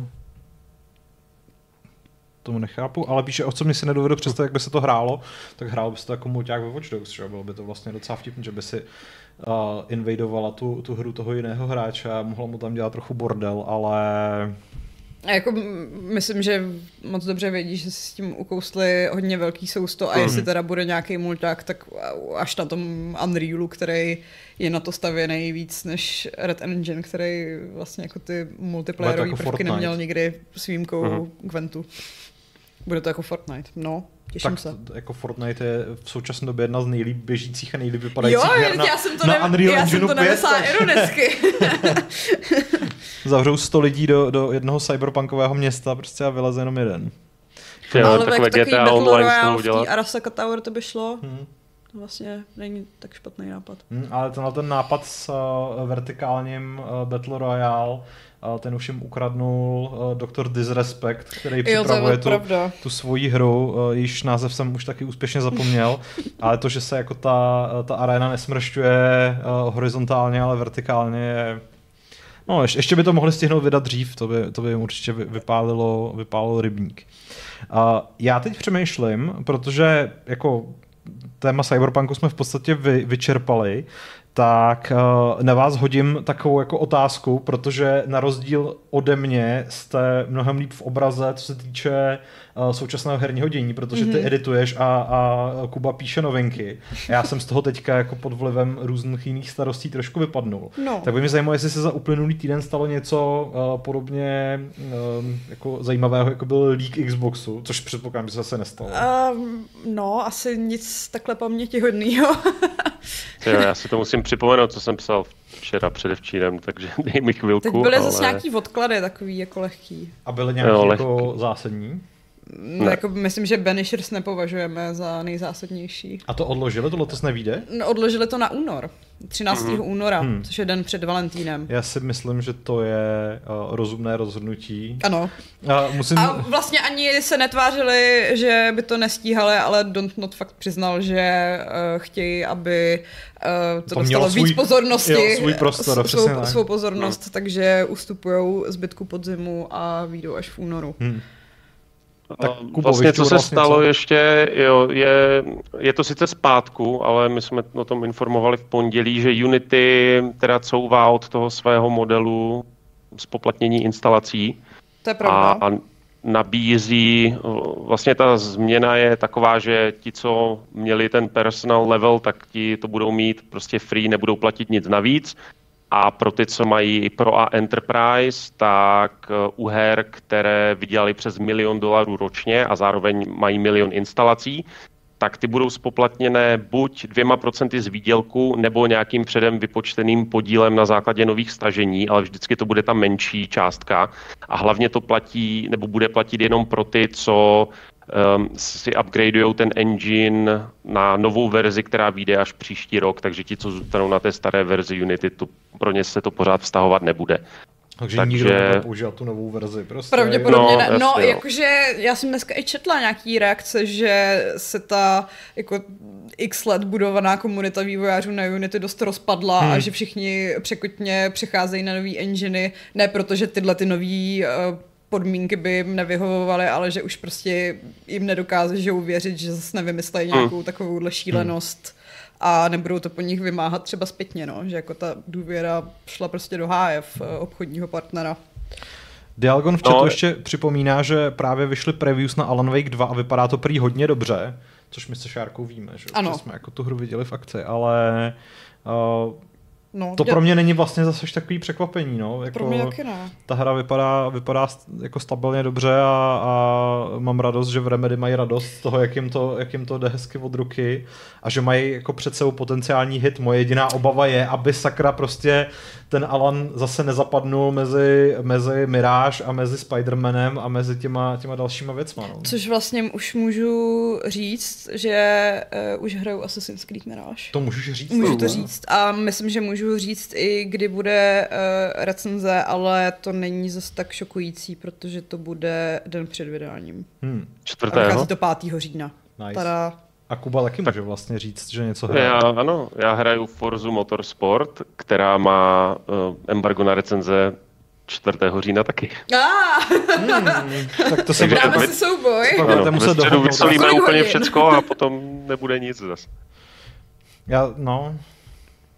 tomu nechápu, ale píše, o co mě si nedovedu představit, jak by se to hrálo, tak hrálo by se to jako mulťák ve Watch Dogs, že bylo by to vlastně docela vtipný, že by si uh, invadovala tu, tu hru toho jiného hráče a mohla mu tam dělat trochu bordel, ale... Jako myslím, že moc dobře vědí, že si s tím ukousli hodně velký sousto a mm. jestli teda bude nějaký multák, tak až na tom Unrealu, který je na to stavěný víc než Red Engine, který vlastně jako ty multiplayerové jako prvky Fortnite. Neměl nikdy s výjimkou mm. Gwentu. Bude to jako Fortnite, no. Těším tak se. Jako Fortnite je v současné době jedna z nejlíp běžících a nejlíp vypadajících jo, her na, já jsem to, na ne, Unreal já jsem Engineu to nemyslela ironicky. Zavřou sto lidí do, do jednoho cyberpunkového města prostě a vyleze jenom jeden. Jo, ale takové takový G T A Battle Online Royale v udělat. té Arasaka Tower to by šlo. Hmm. To vlastně není tak špatný nápad. Hmm, ale tenhle ten nápad s uh, vertikálním uh, Battle Royale, uh, ten už jim ukradnul uh, doktor Disrespect, který jo, připravuje tu, tu svoji hru, uh, jejíž název jsem už taky úspěšně zapomněl, ale to, že se jako ta, ta arena nesmršťuje uh, horizontálně, ale vertikálně je... No, ještě, ještě by to mohli stihnout vydat dřív, to by, to by jim určitě vypálilo, vypálilo rybník. Uh, já teď přemýšlím, protože jako téma Cyberpunku jsme v podstatě vy, vyčerpali, tak uh, na vás hodím takovou jako otázku, protože na rozdíl ode mě jste mnohem líp v obraze, co se týče uh, současného herního dění, protože ty mm-hmm. edituješ a, a Kuba píše novinky. Já jsem z toho teďka jako pod vlivem různých jiných starostí trošku vypadnul. No. Tak by mě zajímalo, jestli se za uplynulý týden stalo něco uh, podobně um, jako zajímavého, jako byl leak Xboxu, což předpokládám, že se zase nestalo. Um, no, asi nic takhle pamětihodnýho. Jo, já si to musím připomenout, co jsem psal včera, předevčírem, takže dej mi chvilku. Teď byly ale... zase nějaký odklady takový jako lehký. A byly nějaký jo, jako zásadní? No, jako myslím, že Banishers nepovažujeme za nejzásadnější. A to odložili? To letos nevíde? No, odložili to na únor. třináctého Mm. února, Hmm. což je den před Valentínem. Já si myslím, že to je uh, rozumné rozhodnutí. Ano. Uh, musím... A vlastně ani se netvářili, že by to nestíhali, ale Dontnod fakt přiznal, že uh, chtějí, aby uh, to, To dostalo svůj- víc pozornosti. jo, svůj prostor, s- přesně svou, tak. svou pozornost, takže ustupujou zbytku podzimu a vyjdou až v únoru. Hmm. Tak, Tak Kubo, vlastně, co se vlastně stalo co? ještě, jo, je, je to sice zpátku, ale my jsme o tom informovali v pondělí, že Unity teda couvá od toho svého modelu zpoplatnění instalací. To je pravda. A, a nabízí, vlastně ta změna je taková, že ti, co měli ten personal level, tak ti to budou mít prostě free, nebudou platit nic navíc. A pro ty, co mají Pro a Enterprise, tak u her, které vydělali přes milion dolarů ročně a zároveň mají milion instalací, tak ty budou spoplatněné buď dvěma procenty z výdělku nebo nějakým předem vypočteným podílem na základě nových stažení, ale vždycky to bude ta menší částka. A hlavně to platí, nebo bude platit jenom pro ty, co um, si upgradeujou ten engine na novou verzi, která vyjde až příští rok, takže ti, co zůstanou na té staré verzi Unity, to, pro ně se to pořád vztahovat nebude. Takže, Takže- nikdo nebude používat tu novou verzi. Prostě. Pravděpodobně No, ne. jasně, No, jo. jakože já jsem dneska i četla nějaký reakce, že se ta jako x let budovaná komunita vývojářů na Unity dost rozpadla hmm. a že všichni překotně přecházejí na nový enginy, ne protože tyhle ty nový uh, podmínky by jim nevyhovovaly, ale že už prostě jim nedokážou věřit, že zase nevymyslejí nějakou takovouhle šílenost a nebudou to po nich vymáhat třeba zpětně, no, že jako ta důvěra šla prostě do hájev uh, obchodního partnera. Dialgon v chatu No, ještě připomíná, že právě vyšly previews na Alan Wake dva a vypadá to prý hodně dobře, což my se Šárkou víme, že, Ano. že jsme jako tu hru viděli v akci, ale uh, No, to já- pro mě není vlastně zase takový překvapení. No. Jako, Pro mě taky ne. ta hra vypadá, vypadá jako stabilně dobře a, a mám radost, že v Remedy mají radost z toho, jak jim to, jak jim to jde hezky od ruky a že mají jako před sebou potenciální hit. Moje jediná obava je, aby sakra prostě ten Alan zase nezapadnul mezi, mezi Mirage a mezi Spider-Manem a mezi těma, těma dalšíma věcma. No. Což vlastně už můžu říct, že uh, už hraju Assassin's Creed Mirage. To můžeš říct. Můžu to no. říct a myslím, že můžu říct i kdy bude uh, recenze, ale to není zase tak šokující, protože to bude den před vydáním. Hmm. A Čtvrtého. vychází to pátého října. Nice. Tada. A Kuba taky může vlastně říct, že něco hraje. Já, ano, já hraju Forzu Motorsport, která má uh, embargo na recenze čtvrtého října taky. Ah, Hmm, tak to se Takže dáme ve- si souboj. Pak budete Ano, muset ve středu dohodnout. vysolíme Kolik úplně hodin? všecko a potom nebude nic zase. Já, no,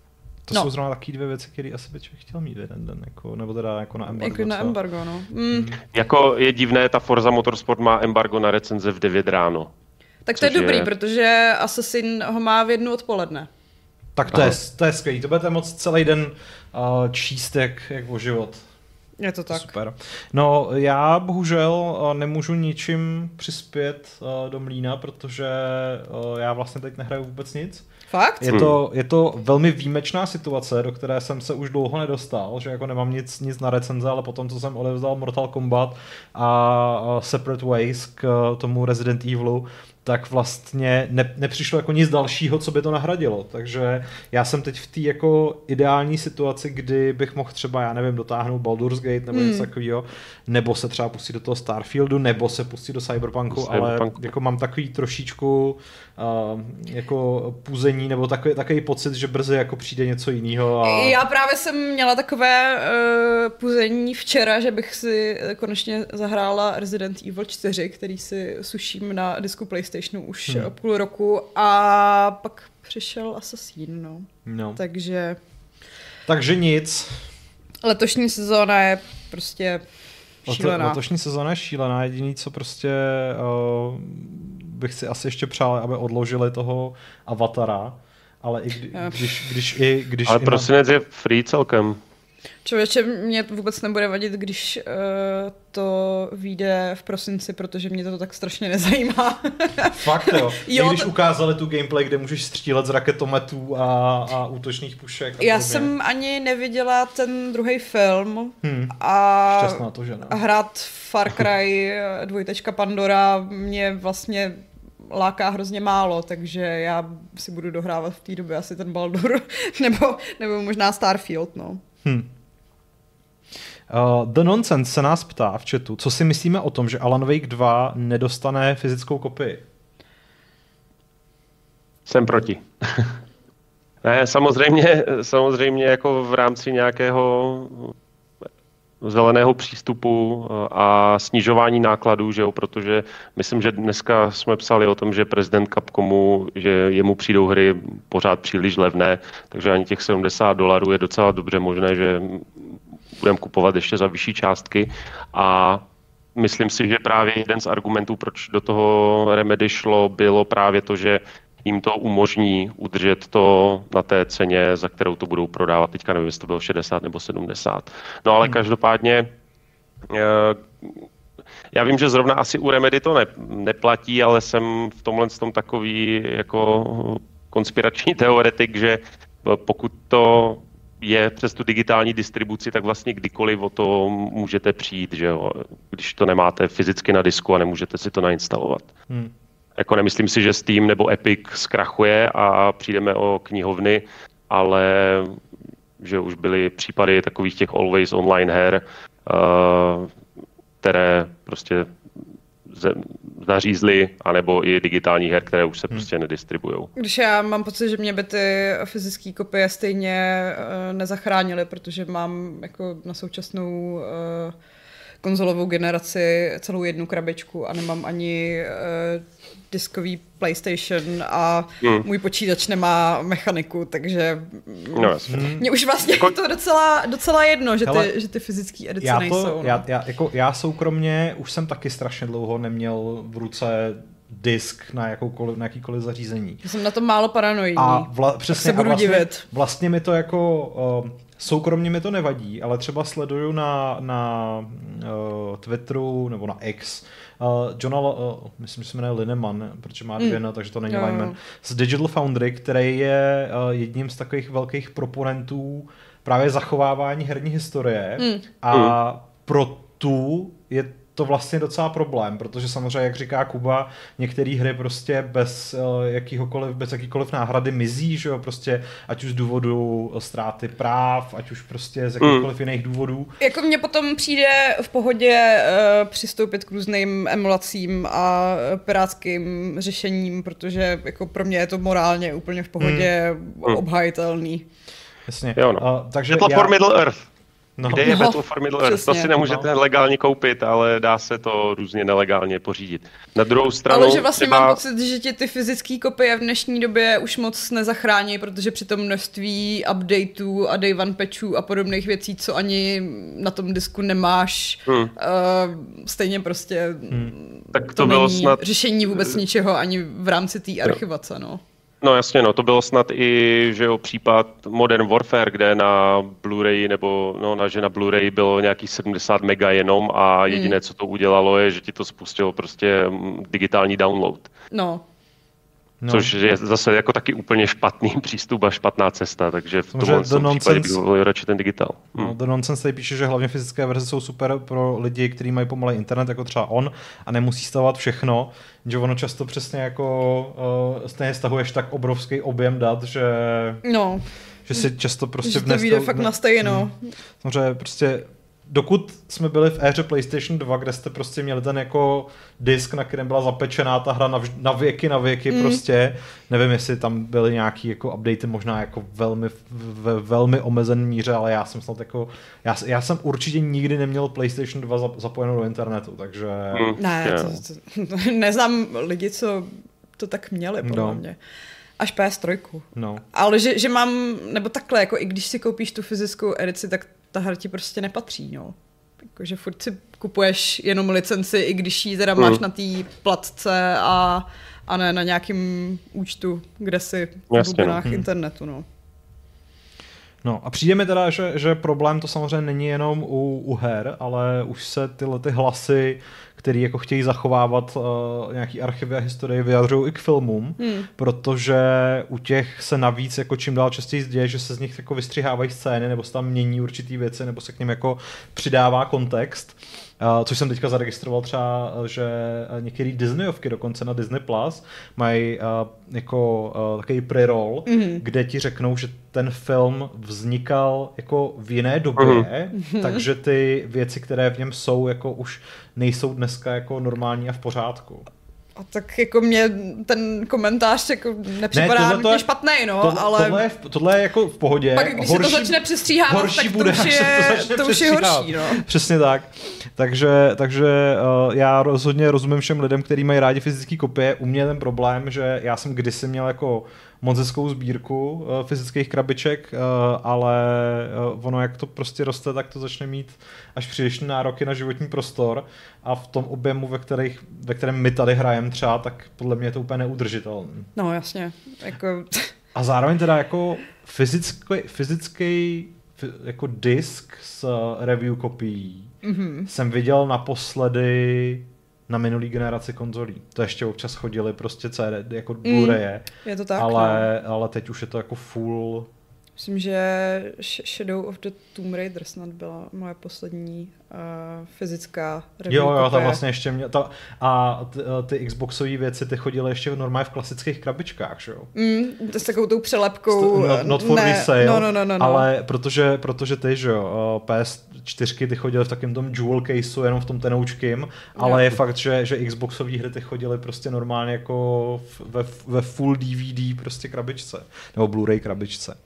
To no. jsou zrovna taky dvě věci, které asi by člověk chtěl mít jeden den, jako, nebo teda jako na embargo. Jako na embargo, no. Mm. Mm. Jako je divné, ta Forza Motorsport má embargo na recenze v devět ráno. Tak to je dobrý, je... protože Assassin ho má v jednu odpoledne. Tak to je, to je skvělý, to budete moc celý den uh, číst jak, jak o život. Je to tak. Super. No já bohužel nemůžu ničím přispět uh, do mlýna, protože uh, já vlastně teď nehraju vůbec nic. Fakt? Je to, je to velmi výjimečná situace, do které jsem se už dlouho nedostal, že jako nemám nic, nic na recenze, ale potom, co jsem odevzdal Mortal Kombat a uh, Separate Ways k uh, tomu Resident Evilu, tak vlastně ne, nepřišlo jako nic dalšího, co by to nahradilo. Takže já jsem teď v té jako ideální situaci, kdy bych mohl třeba, já nevím, dotáhnout Baldur's Gate nebo hmm. něco takového, nebo se třeba pustit do toho Starfieldu, nebo se pustit do Cyberpunku, Cyberpunk. Ale jako mám takový trošičku uh, jako puzení, nebo takový, takový pocit, že brzy jako přijde něco jiného. A... Já právě jsem měla takové uh, puzení včera, že bych si konečně zahrála Resident Evil čtyři, který si suším na disku PlayStation už hmm. půl roku a pak přišel Assassin, no. no. Takže... Takže nic. Letošní sezóna je prostě šílená. Letošní sezóna je šílená, jediný, co prostě uh, bych si asi ještě přál, aby odložili toho Avatara, ale i kdy, když, když i... Když ale i prosinec na... je free celkem. Člověče, mě vůbec nebude vadit, když uh, to vyjde v prosinci, protože mě to tak strašně nezajímá. Fakt jo. jo I když to... ukázali tu gameplay, kde můžeš střílet z raketometů a, a útočných pušek. A Já podobně. jsem ani neviděla ten druhý film hmm. a Šťastná to, že ne? hrát Far Cry dvojtečka Pandora mě vlastně láká hrozně málo, takže já si budu dohrávat v té době asi ten Baldur, nebo, nebo možná Starfield, no. Hmm. Uh, The Nonsense se nás ptá v chatu, co si myslíme o tom, že Alan Wake dva nedostane fyzickou kopii? Jsem proti. Ne, samozřejmě, samozřejmě jako v rámci nějakého zeleného přístupu a snižování nákladů, že jo, protože myslím, že dneska jsme psali o tom, že prezident Capcomu, že jemu přijdou hry pořád příliš levné, takže ani těch sedmdesát dolarů je docela dobře možné, že budeme kupovat ještě za vyšší částky a myslím si, že právě jeden z argumentů, proč do toho Remedy šlo, bylo právě to, že jim to umožní udržet to na té ceně, za kterou to budou prodávat. Teďka nevím, jestli to bylo šedesát nebo sedmdesát. No ale hmm. každopádně já vím, že zrovna asi u Remedy to ne, neplatí, ale jsem v tomhle tom takový jako konspirační teoretik, že pokud to je přes tu digitální distribuci, tak vlastně kdykoliv o to můžete přijít, že jo, když to nemáte fyzicky na disku a nemůžete si to nainstalovat. Hmm. Jako nemyslím si, že Steam nebo Epic zkrachuje a přijdeme o knihovny, ale že už byly případy takových těch always online her, uh, které prostě zařízly, anebo i digitální her, které už se hmm. prostě nedistribujou. Když já mám pocit, že mě by ty fyzické kopie stejně uh, nezachránily, protože mám jako na současnou uh, konzolovou generaci celou jednu krabičku a nemám ani uh, diskový PlayStation a hmm. můj počítač nemá mechaniku, takže no, jasně. mě už vlastně je to docela, docela jedno, že ty, že ty fyzické edice já nejsou. To, no. já, já, jako, já soukromně už jsem taky strašně dlouho neměl v ruce disk na, jakoukoliv, na jakýkoliv zařízení. Já jsem na to málo paranoidní. A vla, přesně, se budu a vlastně, divit. Vlastně mi to jako... Uh, soukromně mi to nevadí, ale třeba sleduju na, na uh, Twitteru nebo na X uh, Johna, uh, myslím, že se jmenuje Lineman, protože má dvě, mm. no, takže to není Lineman, z Digital Foundry, který je uh, jedním z takových velkých proponentů právě zachovávání herní historie mm. a mm. pro tu je to vlastně docela problém, protože samozřejmě, jak říká Kuba, některé hry prostě bez uh, jakýhokoliv, bez jakýkoliv náhrady mizí, že jo, prostě ať už z důvodu ztráty práv, ať už prostě z jakýchkoliv mm. jiných důvodů. Jako mně potom přijde v pohodě uh, přistoupit k různým emulacím a pirátským řešením, protože jako pro mě je to morálně úplně v pohodě mm. obhajitelný. Jasně. Jo, no. uh, takže je to já... for Middle Earth. No. Kde je no, Battle for Middle Earth? To si nemůžete no. legálně koupit, ale dá se to různě nelegálně pořídit. Na druhou stranu... Ale že vlastně třeba... mám pocit, že ti ty fyzické kopie v dnešní době už moc nezachrání, protože při tom množství updateů a day one patchů a podobných věcí, co ani na tom disku nemáš, hmm. uh, stejně prostě hmm. tak to, to bylo není snad... řešení vůbec ničeho ani v rámci té archivace, no. No jasně, no, to bylo snad i, že jo, případ Modern Warfare, kde na Blu-ray, nebo no, na, že na Blu-ray bylo nějakých sedmdesát mega jenom a jediné, hmm. co to udělalo, je, že ti to spustilo prostě digitální download. No. No. Což je zase jako taky úplně špatný přístup a špatná cesta, takže v tomhle případě bych volil radši ten digitál. No, hmm. The Nonsense tady píše, že hlavně fyzické verze jsou super pro lidi, kteří mají pomalej internet, jako třeba on, a nemusí stavovat všechno, že ono často přesně jako uh, stejně stahuješ tak obrovský objem dat, že, no. že si často prostě že to vyjde fakt na stejno. Hmm. Samozřejmě prostě dokud jsme byli v éře PlayStation dva, kde jste prostě měli ten jako disk, na kterém byla zapečená ta hra na, vž- na věky, na věky mm. prostě. Nevím, jestli tam byly nějaký jako updaty, možná jako velmi, ve velmi omezený míře, ale já jsem snad jako, já, já jsem určitě nikdy neměl PlayStation dva zapojenou do internetu, takže... Mm. Ne, to, to, to, neznám lidi, co to tak měli, podle no. mě. Až P S tři. No. Ale že, že mám, nebo takhle, jako i když si koupíš tu fyzickou edici, tak ta hra ti prostě nepatří, no. Jakože furt si kupuješ jenom licenci, i když ji teda máš mm. na té platce a, a ne na nějakým účtu, kde si v bubinách hmm. internetu, no. No a přijde mi teda, že, že problém to samozřejmě není jenom u, u her, ale už se tyhle ty hlasy, který jako chtějí zachovávat uh, nějaký archivy a historie, vyjadřují i k filmům, hmm. protože u těch se navíc jako čím dál častěji děje, že se z nich jako vystřihávají scény, nebo se tam mění určitý věci, nebo se k ním jako přidává kontext. Uh, což jsem teďka zaregistroval třeba, že některé Disneyovky dokonce na Disney Plus mají uh, jako uh, takový pre-roll, mm-hmm. kde ti řeknou, že ten film vznikal jako v jiné době, mm-hmm. takže ty věci, které v něm jsou, jako už nejsou dneska jako normální a v pořádku. A tak jako mě ten komentář jako nepřipadá ne, nutně špatný, no, tohle, ale... Tohle je, tohle je jako v pohodě. Pak když horší, se to začne přestříhávat, tak bude, to už je, to to už je horší, no. Přesně tak. Takže, takže uh, já rozhodně rozumím všem lidem, kteří mají rádi fyzické kopie. U mě je ten problém, že já jsem kdysi měl jako moc hezkou sbírku uh, fyzických krabiček, uh, ale uh, ono jak to prostě roste, tak to začne mít až příliš nároky na životní prostor a v tom objemu, ve, kterých, ve kterém my tady hrajeme třeba, tak podle mě je to úplně neudržitelné. No jasně. Jako... A zároveň teda jako fyzický, fyzický jako disk s review kopií mm-hmm. jsem viděl naposledy na minulý generaci konzolí. To ještě občas chodili prostě C D, jako mm, Blu-raye. Je to tak, ale, no. ale teď už je to jako full... Myslím, že Shadow of the Tomb Raider snad byla moje poslední uh, fyzická review Jo, jo, kopie. ta vlastně ještě mě... Ta, a ty, ty Xboxové věci, ty chodily ještě normálně v klasických krabičkách, že jo? Mm, to s takovou tou přelepkou. Not, not for ne, resale, no, no, no, no, ale protože, protože ty, že jo, P S čtyři ty chodily v takovém tom jewel caseu, jenom v tom tenoučkým, ale jo. Je fakt, že, že Xboxové hry ty chodily prostě normálně jako ve, ve full D V D prostě krabičce, nebo Blu-ray krabičce.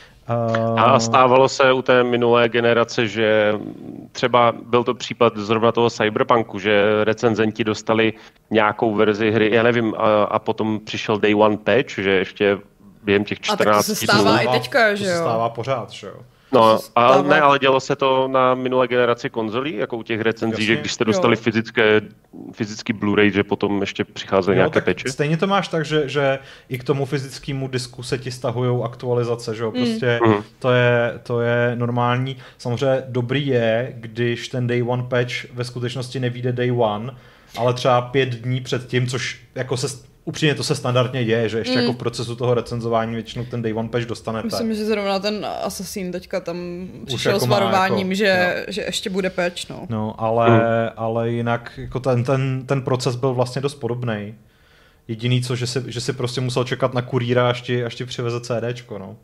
Uh... A stávalo se u té minulé generace, že třeba byl to případ zrovna toho Cyberpunku, že recenzenti dostali nějakou verzi hry, já nevím, a, a potom přišel Day One patch, že ještě během těch čtrnácti dnů. A tak to se stává i teďka, že jo? To se stává pořád, že jo? No, a ne, ale dělo se to na minulé generaci konzolí, jako u těch recenzí, Jasně. že když jste dostali fyzické, fyzický Blu-ray, že potom ještě přicházely nějaké peče. Stejně to máš tak, že, že i k tomu fyzickému disku se ti stahujou aktualizace, že jo, prostě mm. to, je, to je normální. Samozřejmě dobrý je, když ten Day One patch ve skutečnosti nevyjde Day One, ale třeba pět dní před tím, což jako se upřímně to se standardně děje, že ještě mm. jako v procesu toho recenzování většinou ten Day One patch dostanete. Myslím, že zrovna ten Assassin teďka tam přišel jako s varováním, jako, že, že ještě bude patch. No, no ale, mm. ale jinak jako ten, ten, ten proces byl vlastně dost podobný. Jediný co, že si, že si prostě musel čekat na kurýra, až ti, až ti přiveze CDčko, no.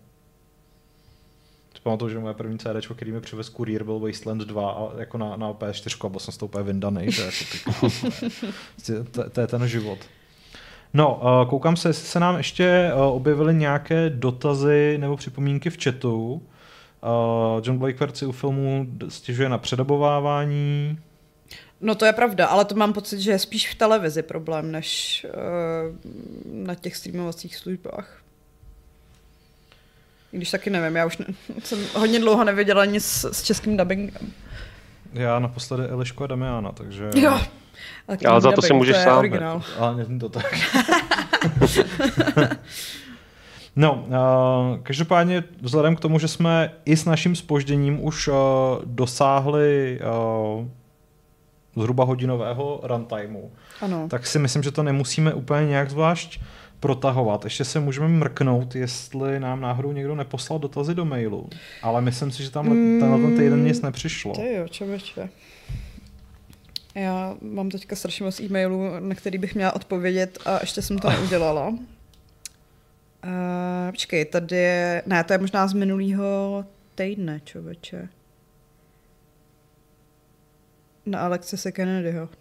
Pamatuju, že moje první CDčko, který mi přivez kurýr, byl Wasteland dva a jako na, na P S čtyři a byl jsem z toho úplně vyndanej, že jako ty, to, to je ten život. No, koukám se, jestli se nám ještě objevily nějaké dotazy nebo připomínky v chatu. Uh, John Blakeford si u filmu stěžuje na předobovávání. No to je pravda, ale to mám pocit, že je spíš v televizi problém, než uh, na těch streamovacích službách. I když taky nevím, já už ne, jsem hodně dlouho nevěděla nic s českým dubbingem. Já naposledy Elišku a Damiana, takže... Jo. Ale, ale za to si můžeš sám. Ale není to tak. No, uh, každopádně vzhledem k tomu, že jsme i s naším zpožděním už uh, dosáhli uh, zhruba hodinového runtimeu, ano. Tak si myslím, že to nemusíme úplně nějak zvlášť protahovat. Ještě se můžeme mrknout, jestli nám náhodou někdo neposlal dotazy do mailu, ale myslím si, že tam mm, tenhle ten týden nic nepřišlo. To jo, čověče. Já mám teďka strašně moc e-mailů, na který bych měla odpovědět a ještě jsem to neudělala. Uh, počkej, tady je... Ne, to je možná z minulého týdne, čověče. Na Alexise Kennedyho.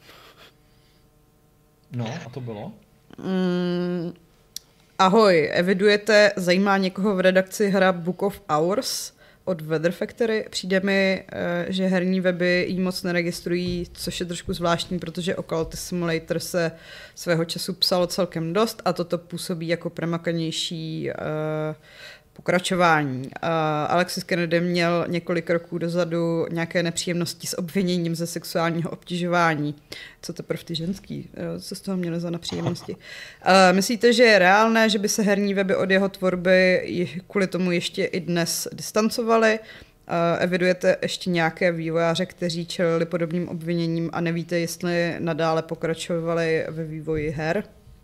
No, a to bylo? Mm, ahoj, evidujete, zajímá někoho v redakci hra Book of Hours od Weather Factory? Přijde mi, že herní weby jí moc neregistrují, což je trošku zvláštní, protože Occult Simulator se svého času psalo celkem dost a toto působí jako promakanější uh, pokračování. Uh, Alexis Kennedy měl několik roků dozadu nějaké nepříjemnosti s obviněním ze sexuálního obtěžování. Co teprve ty ženský? Uh, co z toho měli za nepříjemnosti? Uh, myslíte, že je reálné, že by se herní weby od jeho tvorby kvůli tomu ještě i dnes distancovaly? Uh, evidujete ještě nějaké vývojáře, kteří čelili podobným obviněním a nevíte, jestli nadále pokračovali ve vývoji her?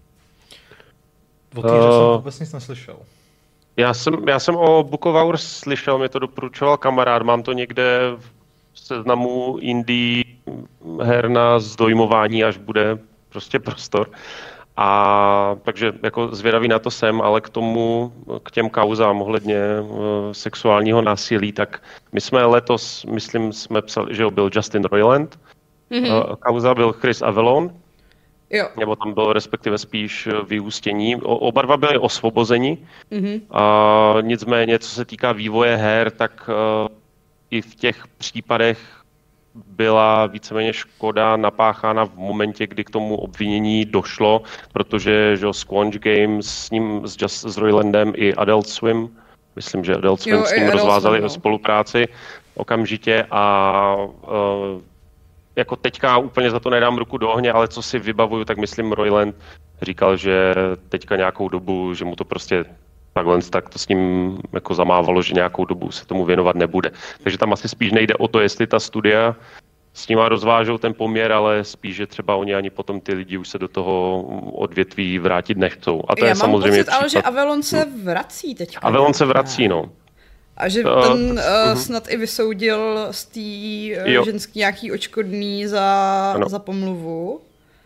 O té hře jsem vůbec nic neslyšel. Já jsem, já jsem o Book of Hours slyšel, mi to doporučoval kamarád, mám to někde v seznamu indie her na zdojmování, až bude prostě prostor. A takže jako zvědavý na to jsem, ale k tomu, k těm kauzám ohledně uh, sexuálního násilí, tak my jsme letos, myslím, jsme psali, že jo, byl Justin Roiland, mm-hmm. uh, kauza byl Chris Avellone, jo. Nebo tam bylo respektive spíš vyústění. O, oba dva byli osvobozeni. Mm-hmm. A nicméně, co se týká vývoje her, tak uh, i v těch případech byla víceméně škoda napáchána v momentě, kdy k tomu obvinění došlo, protože že Squanch Games s ním, s, Just, s Roilandem i Adult Swim, myslím, že Adult Swim jo, s ním rozvázali Swim, no. spolupráci okamžitě a uh, jako teďka úplně za to nedám ruku do ohně, ale co si vybavuju, tak myslím Roiland říkal, že teďka nějakou dobu, že mu to prostě takhle tak to s ním jako zamávalo, že nějakou dobu se tomu věnovat nebude. Takže tam asi spíš nejde o to, jestli ta studia s nima rozvážou ten poměr, ale spíš, že třeba oni ani potom ty lidi už se do toho odvětví vrátit nechcou. A to Já je mám samozřejmě pocit, případ... ale že Avalon se vrací teďka. Avalon se vrací, no. A že ten uh, uh, snad i vysoudil z té uh, ženský nějaký odškodný za, za pomluvu.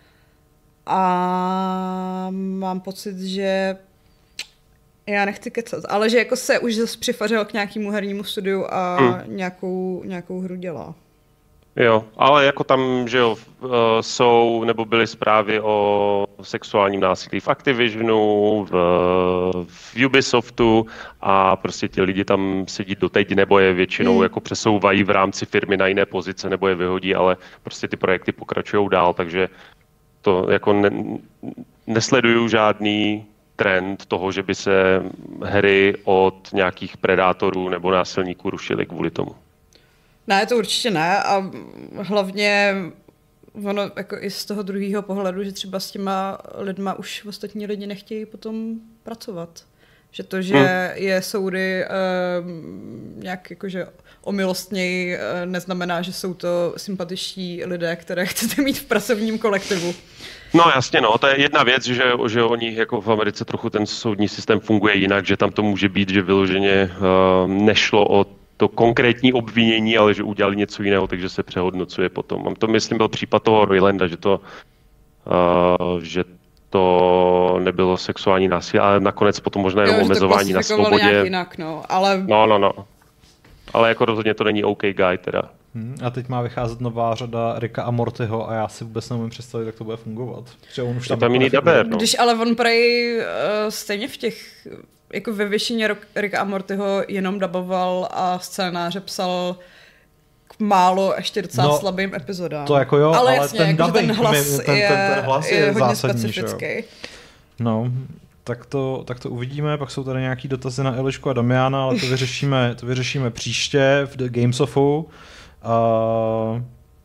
A mám pocit, že já nechci kecat, ale že jako se už zase přifařil k nějakému hernímu studiu a hmm. nějakou, nějakou hru dělá. Jo, ale jako tam, že jo, jsou nebo byly zprávy o sexuálním násilí v Activisionu, v, v Ubisoftu a prostě ti lidi tam sedí doteď nebo je většinou hmm. jako přesouvají v rámci firmy na jiné pozice nebo je vyhodí, ale prostě ty projekty pokračují dál, takže to jako ne, nesleduju žádný trend toho, že by se hry od nějakých predátorů nebo násilníků rušily kvůli tomu. Ne, to určitě ne a hlavně ono jako i z toho druhého pohledu, že třeba s těma lidma už ostatní lidi nechtějí potom pracovat. Že to, že hmm. je soudy eh, nějak jakože omilostněji, eh, neznamená, že jsou to sympatičtí lidé, které chcete mít v pracovním kolektivu. No jasně, no, to je jedna věc, že, že oni jako v Americe trochu ten soudní systém funguje jinak, že tam to může být, že vyloženě uh, nešlo o to konkrétní obvinění, ale že udělali něco jiného, takže se přehodnocuje potom. To myslím byl případ toho Roilanda, že to, uh, že to nebylo sexuální násilí, ale nakonec potom možná jenom omezování na svobodě. Jinak, no, ale... no, no, no. Ale jako rozhodně to není OK Guy teda. Hmm, a teď má vycházet nová řada Ricka a Mortyho a já si vůbec nemůžu představit, jak to bude fungovat. Že on už tam, tam jiný daber, no. Když ale on prej uh, stejně v těch, jako ve většině Ricka a Mortyho jenom daboval a scénáře psal k málo ještě docela no, slabým epizodám. To jako jo, ale, ale jasně, ten, jako dubbing, ten hlas ten, ten, je, ten, ten hlas je, je hodně zásadní, specifický. No, tak to, tak to uvidíme, pak jsou tady nějaký dotazy na Elišku a Damiana, ale to vyřešíme, to vyřešíme příště v The Gamesofu. Uh...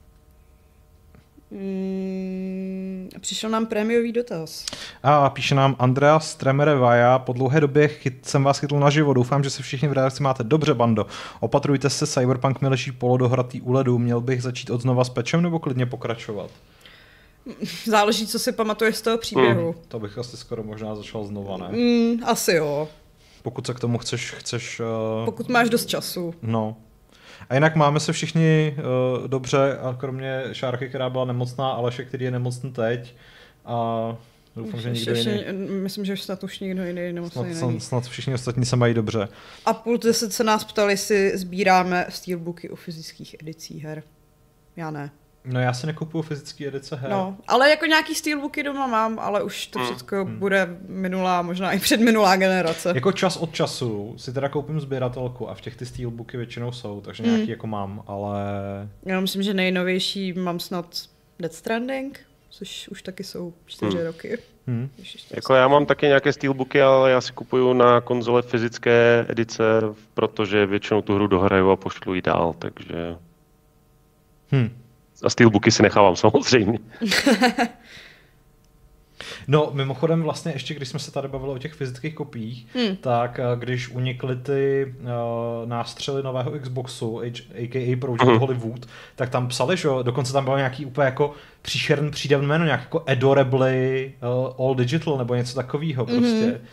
Mm, přišel nám prémiový dotaz. A píše nám Andreas Tremerevaja, po dlouhé době chyt, jsem vás chytl naživo, doufám, že se všichni v redakci máte dobře, bando. Opatrujte se, Cyberpunk mi leží polodohratý u ledu, měl bych začít od znova s pečem nebo klidně pokračovat? Záleží, co si pamatuješ z toho příběhu. Mm, to bych asi skoro možná začal znova, ne? Mm, asi jo. Pokud se k tomu chceš... chceš uh... Pokud máš dost času. No. A jinak máme se všichni uh, dobře, a kromě Šárky, která byla nemocná, Aleše, který je nemocný teď. A doufám, že nikdo jiný... Myslím, že snad už nikdo jiný nemocný snad, není. Snad všichni ostatní se mají dobře. A půl deset se nás ptali, jestli sbíráme steelbooky u fyzických edicí her. Já ne. No já si nekupuju fyzické edice her. No, ale jako nějaký steelbooky doma mám, ale už to všechno hmm. bude minulá, možná i předminulá generace. Jako čas od času si teda koupím sběratelku a v těch ty steelbooky většinou jsou, takže nějaký hmm. jako mám, ale... Já myslím, že nejnovější mám snad Death Stranding, což už taky jsou čtyři hmm. roky. Hmm. Jako já mám taky nějaké steelbooky, ale já si kupuju na konzole fyzické edice, protože většinou tu hru dohraju a pošlu ji dál, takže... Hmm. A steelbooky si nechávám samozřejmě. No, mimochodem vlastně ještě, když jsme se tady bavili o těch fyzických kopiích, hmm. tak když unikly ty uh, nástřely nového Xboxu, a k a. Project hmm. Hollywood, tak tam psali, že jo, dokonce tam bylo nějaký úplně jako příšerný přídavný jméno, nějak jako Adorably uh, All Digital nebo něco takového prostě. Hmm.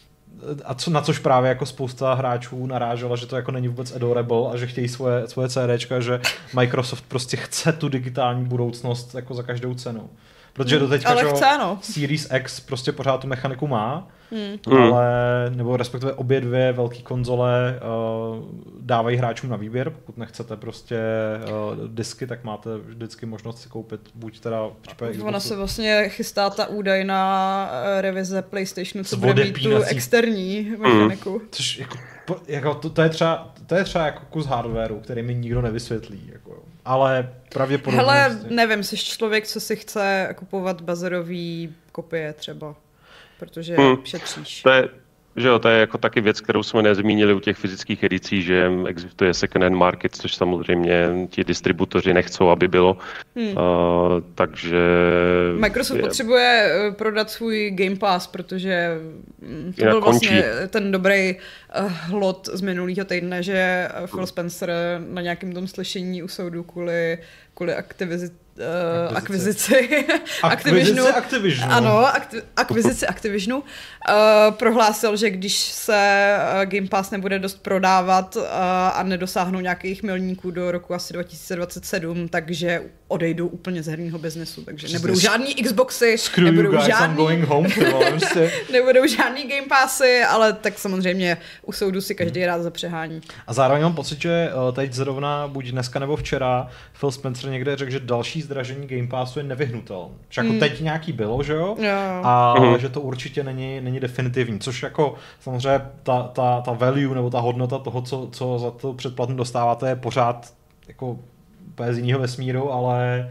A co, na což právě jako spousta hráčů narážela, že to jako není vůbec adorable a že chtějí svoje, svoje CDčka, že Microsoft prostě chce tu digitální budoucnost jako za každou cenu. Protože do teďka, že no. Series X prostě pořád tu mechaniku má, hmm. ale, nebo respektive obě dvě velké konzole uh, dávají hráčům na výběr. Pokud nechcete prostě uh, disky, tak máte vždycky možnost si koupit buď teda v případě Xboxu. Ona se vlastně chystá ta údajná revize PlayStationu, co bude mít tu externí mechaniku. Hmm. Což jako, jako to, to, je třeba, to je třeba jako kus hardwareu, který mi nikdo nevysvětlí. Jako. Ale pravděpodobně... Hele, prostě... nevím, jsi člověk, co si chce kupovat bazarový kopie třeba, protože hmm. šetříš. To je, že jo, to je jako taky věc, kterou jsme nezmínili u těch fyzických edicí, že existuje second hand market, což samozřejmě ti distributoři nechcou, aby bylo. Hmm. Uh, takže... Microsoft je... potřebuje prodat svůj Game Pass, protože to byl vlastně končí. ten dobrý uh, hlod z minulého týdne, že Phil Spencer na nějakém tom slyšení u soudu kvůli, kvůli aktivizi, uh, akvizici Activisionu, Activisionu. Ano, akti- akvizici Activisionu, uh, prohlásil, že když se uh, Game Pass nebude dost prodávat uh, a nedosáhnou nějakých milníků do roku asi dva tisíce dvacet sedm, takže odejdou úplně z herního biznesu, takže nebudou žádný Xboxy, nebudou guys, žádný, going home, nebudou žádný Game Passy, ale tak samozřejmě u soudu si každý rád zapřehání. A zároveň mám pocit, že teď zrovna buď dneska nebo včera Phil Spencer někde řekl, že další zdražení Game Passu je nevyhnutelné. Že jako mm. teď nějaký bylo, že jo? jo. A mm. že to určitě není, není definitivní, což jako samozřejmě ta, ta, ta value nebo ta hodnota toho, co, co za to předplatnu dostáváte, je pořád jako z jiného vesmíru, ale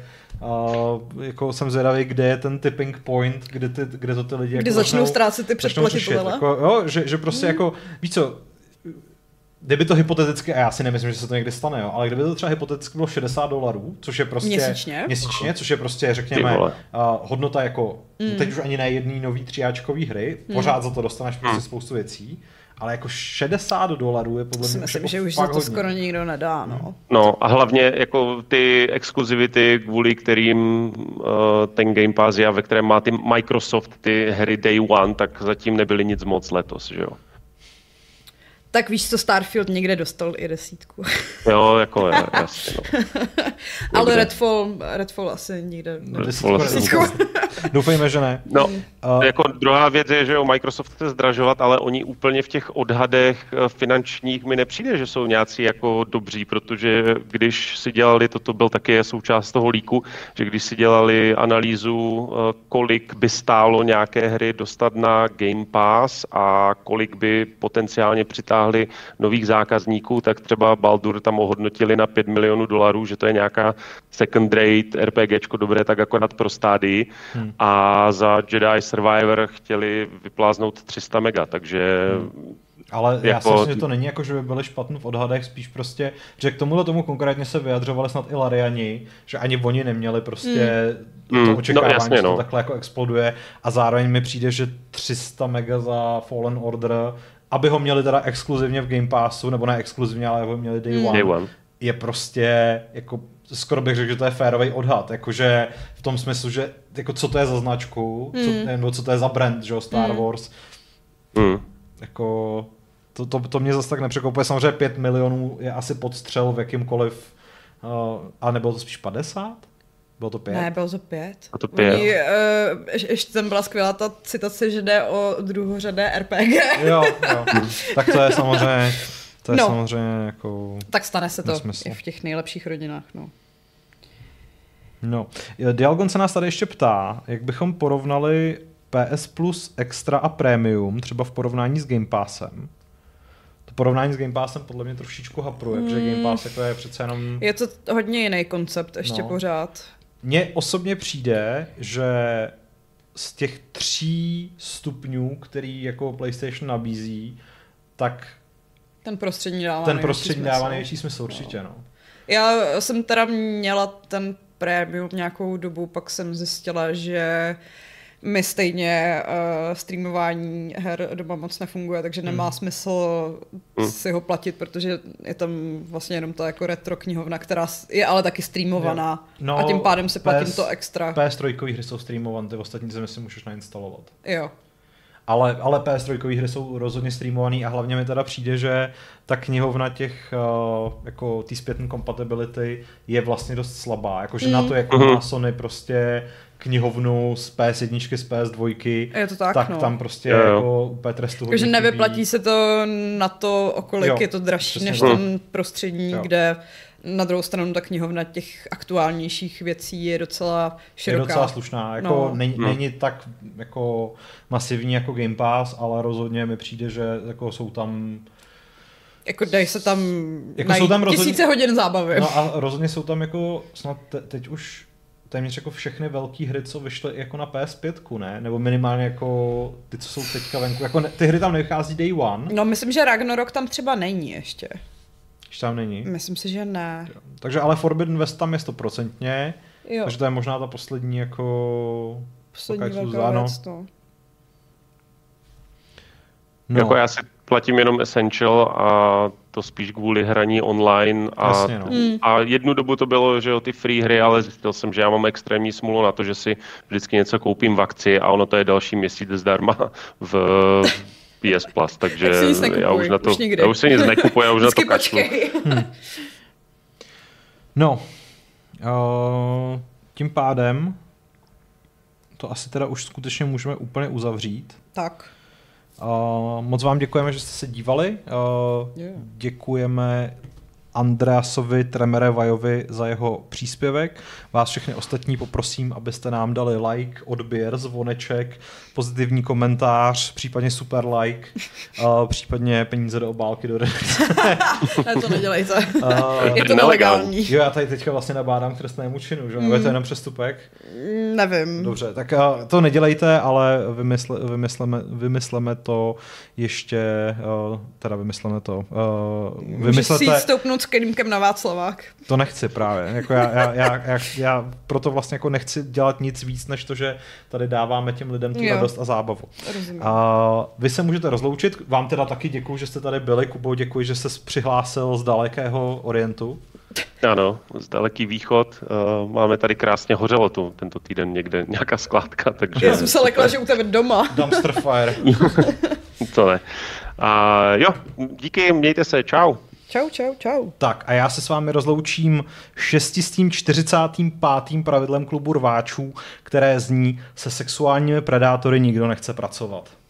uh, jako jsem zvědavý, kde je ten tipping point, kde, ty, kde to ty lidi kdy jako začnou ztrácet ty předplatitele. Jako, jo, že, že prostě mm. jako, víš co, kdyby to hypoteticky, a já si nemyslím, že se to někdy stane, jo, ale kdyby to třeba hypoteticky bylo šedesát dolarů, což je prostě měsíčně, měsíčně což je prostě, řekněme, uh, hodnota jako, mm. teď už ani ne jedný nový triáčkový hry, mm. pořád za to dostaneš prostě mm. spoustu věcí, ale jako šedesát dolarů je podle mě myslím, jako že už za to hodně. Skoro nikdo nedá, no. No a hlavně jako ty exkluzivity, kvůli kterým uh, ten Game Pass je, ve kterém má ty Microsoft ty hry Day One, tak zatím nebyly nic moc letos, že jo? Tak víš co, Starfield někde dostal i desítku. Jo, jako je, jasně. No. Ale Redfall, Redfall asi nikde. Redfall desítku. Doufejme, že ne. No, uh, jako druhá věc je, že jo, Microsoft chce zdražovat, ale oni úplně v těch odhadech finančních mi nepřijde, že jsou nějací jako dobří, protože když si dělali, toto byl taky součást toho líku, že když si dělali analýzu, kolik by stálo nějaké hry dostat na Game Pass a kolik by potenciálně přitáhli nových zákazníků, tak třeba Baldur tam ohodnotili na pět milionů dolarů, že to je nějaká second rate RPGčko dobré tak akorát pro stádii. Hmm. A za Jedi Survivor chtěli vypláznout tři sta mega, takže... Hmm. Ale jako... já si myslím, že to není jako, že by byly špatný v odhadech, spíš prostě, že k tomuhle tomu konkrétně se vyjadřovali snad i Lariani, že ani oni neměli prostě mm. to očekávání, no, jasně, že to no. takhle jako exploduje a zároveň mi přijde, že tři sta mega za Fallen Order, aby ho měli teda exkluzivně v Game Passu, nebo ne exkluzivně, ale ho měli Day One, Day one. je prostě jako skoro bych řekl, že to je férový odhad, jakože v tom smyslu, že jako co to je za značku, mm. co, nebo co to je za brand, že jo, Star mm. Wars, mm. jako to, to, to mě zase tak nepřekvapuje, samozřejmě pět milionů je asi podstřel v jakýmkoliv, uh, a nebylo to spíš padesát? Bylo to pět? Ne, bylo to pět. A to pět. Oni, uh, ještě tam byla skvělá ta citace, že jde o druhořadé R P G. Jo, jo. Tak to je samozřejmě, to je no. samozřejmě jako... Tak stane se to nesmysl. I v těch nejlepších rodinách, no. No, Dialgon se nás tady ještě ptá, jak bychom porovnali P S Plus Extra a Premium, třeba v porovnání s Game Passem. To porovnání s Game Passem podle mě trošičku hapruje, hmm. protože Game Pass jako je přece jenom... Je to hodně jiný koncept ještě no. pořád. Mně osobně přijde, že z těch tří stupňů, který jako PlayStation nabízí, tak ten prostřední dává ten prostřední největší dává smysl. největší smysl, určitě. No. Já jsem teda měla ten Premium nějakou dobu, pak jsem zjistila, že mi stejně uh, streamování her doma moc nefunguje, takže nemá mm. smysl mm. si ho platit, protože je tam vlastně jenom ta jako retro knihovna, která je ale taky streamovaná no, a tím pádem si platím P S, to extra. P S tři hry jsou streamované, ty ostatní zemi si můžeš nainstalovat. Jo. Ale, ale P S tři hry jsou rozhodně streamované a hlavně mi teda přijde, že ta knihovna těch uh, jako té zpětné compatibility je vlastně dost slabá. Jakože mm. na to, jako má Sony prostě knihovnu z P S jedna, z P S dva, je to tak, tak no. tam prostě jo, jo. jako úplně trestu hodně Takže nevyplatí chybí. se to na to, o kolik jo, je to dražší než tak. ten prostřední, jo. kde na druhou stranu ta knihovna těch aktuálnějších věcí je docela široká. Je docela slušná, jako no. není, není tak jako masivní jako Game Pass, ale rozhodně mi přijde, že jako jsou tam jako dají se tam jako jsou tam rozhodně, tisíce hodin zábavy. No a rozhodně jsou tam jako snad te, teď už téměř jako všechny velké hry, co vyšly jako na P S pět, ne? Nebo minimálně jako ty, co jsou teďka venku. Jako ne, ty hry tam nevychází day one. No myslím, že Ragnarok tam třeba není ještě. Ještě tam není? Myslím si, že ne. Jo. Takže ale Forbidden West tam je stoprocentně. Jo. Takže to je možná ta poslední jako... Poslední velká věc, to. No. Jako já si platím jenom Essential a to spíš kvůli hraní online a, Jasně, no. mm. a jednu dobu to bylo, že jo, ty free hry, ale zjistil jsem, že já mám extrémní smůlu na to, že si vždycky něco koupím v akci a ono to je další měsíc zdarma v P S Plus, takže já už na to, už já už si nic nekupuji, já už na to kačlu. Hmm. No, uh, tím pádem to asi teda už skutečně můžeme úplně uzavřít. Tak. Uh, moc vám děkujeme, že jste se dívali. Uh, yeah. Děkujeme Andreasovi Tremere Vajovi za jeho příspěvek. Vás všechny ostatní poprosím, abyste nám dali like, odběr, zvoneček, pozitivní komentář, případně super like, uh, případně peníze do obálky do redakce. Ne, to nedělejte. Uh, je to nelegální. Jo, já tady teďka vlastně nabádám k trestnému činu, že? Mm. Nebo je to jenom přestupek? Nevím. Dobře, tak uh, to nedělejte, ale vymysle, vymysleme, vymysleme to ještě, uh, teda vymysleme to. Uh, vymyslete... Můžeš si stoupnout s kelímkem na Václavák. To nechci právě. Jako já, já, já, já, já proto vlastně jako nechci dělat nic víc, než to, že tady dáváme těm lidem tu jo. radost a zábavu. A vy se můžete rozloučit. Vám teda taky děkuji, že jste tady byli. Kubo, děkuji, že jste přihlásil z dalekého Orientu. Ano, z daleký východ. Uh, máme tady krásně hořelo tu tento týden někde nějaká skládka, takže... Já jsem se lekla, že u tebe doma. Dumpster fire. To ne. A jo, díky, mějte se, čau. Čau, čau, čau. Tak a já se s vámi rozloučím šestistým čtyřicátým pátým pravidlem klubu rváčů, které zní: se sexuálními predátory nikdo nechce pracovat.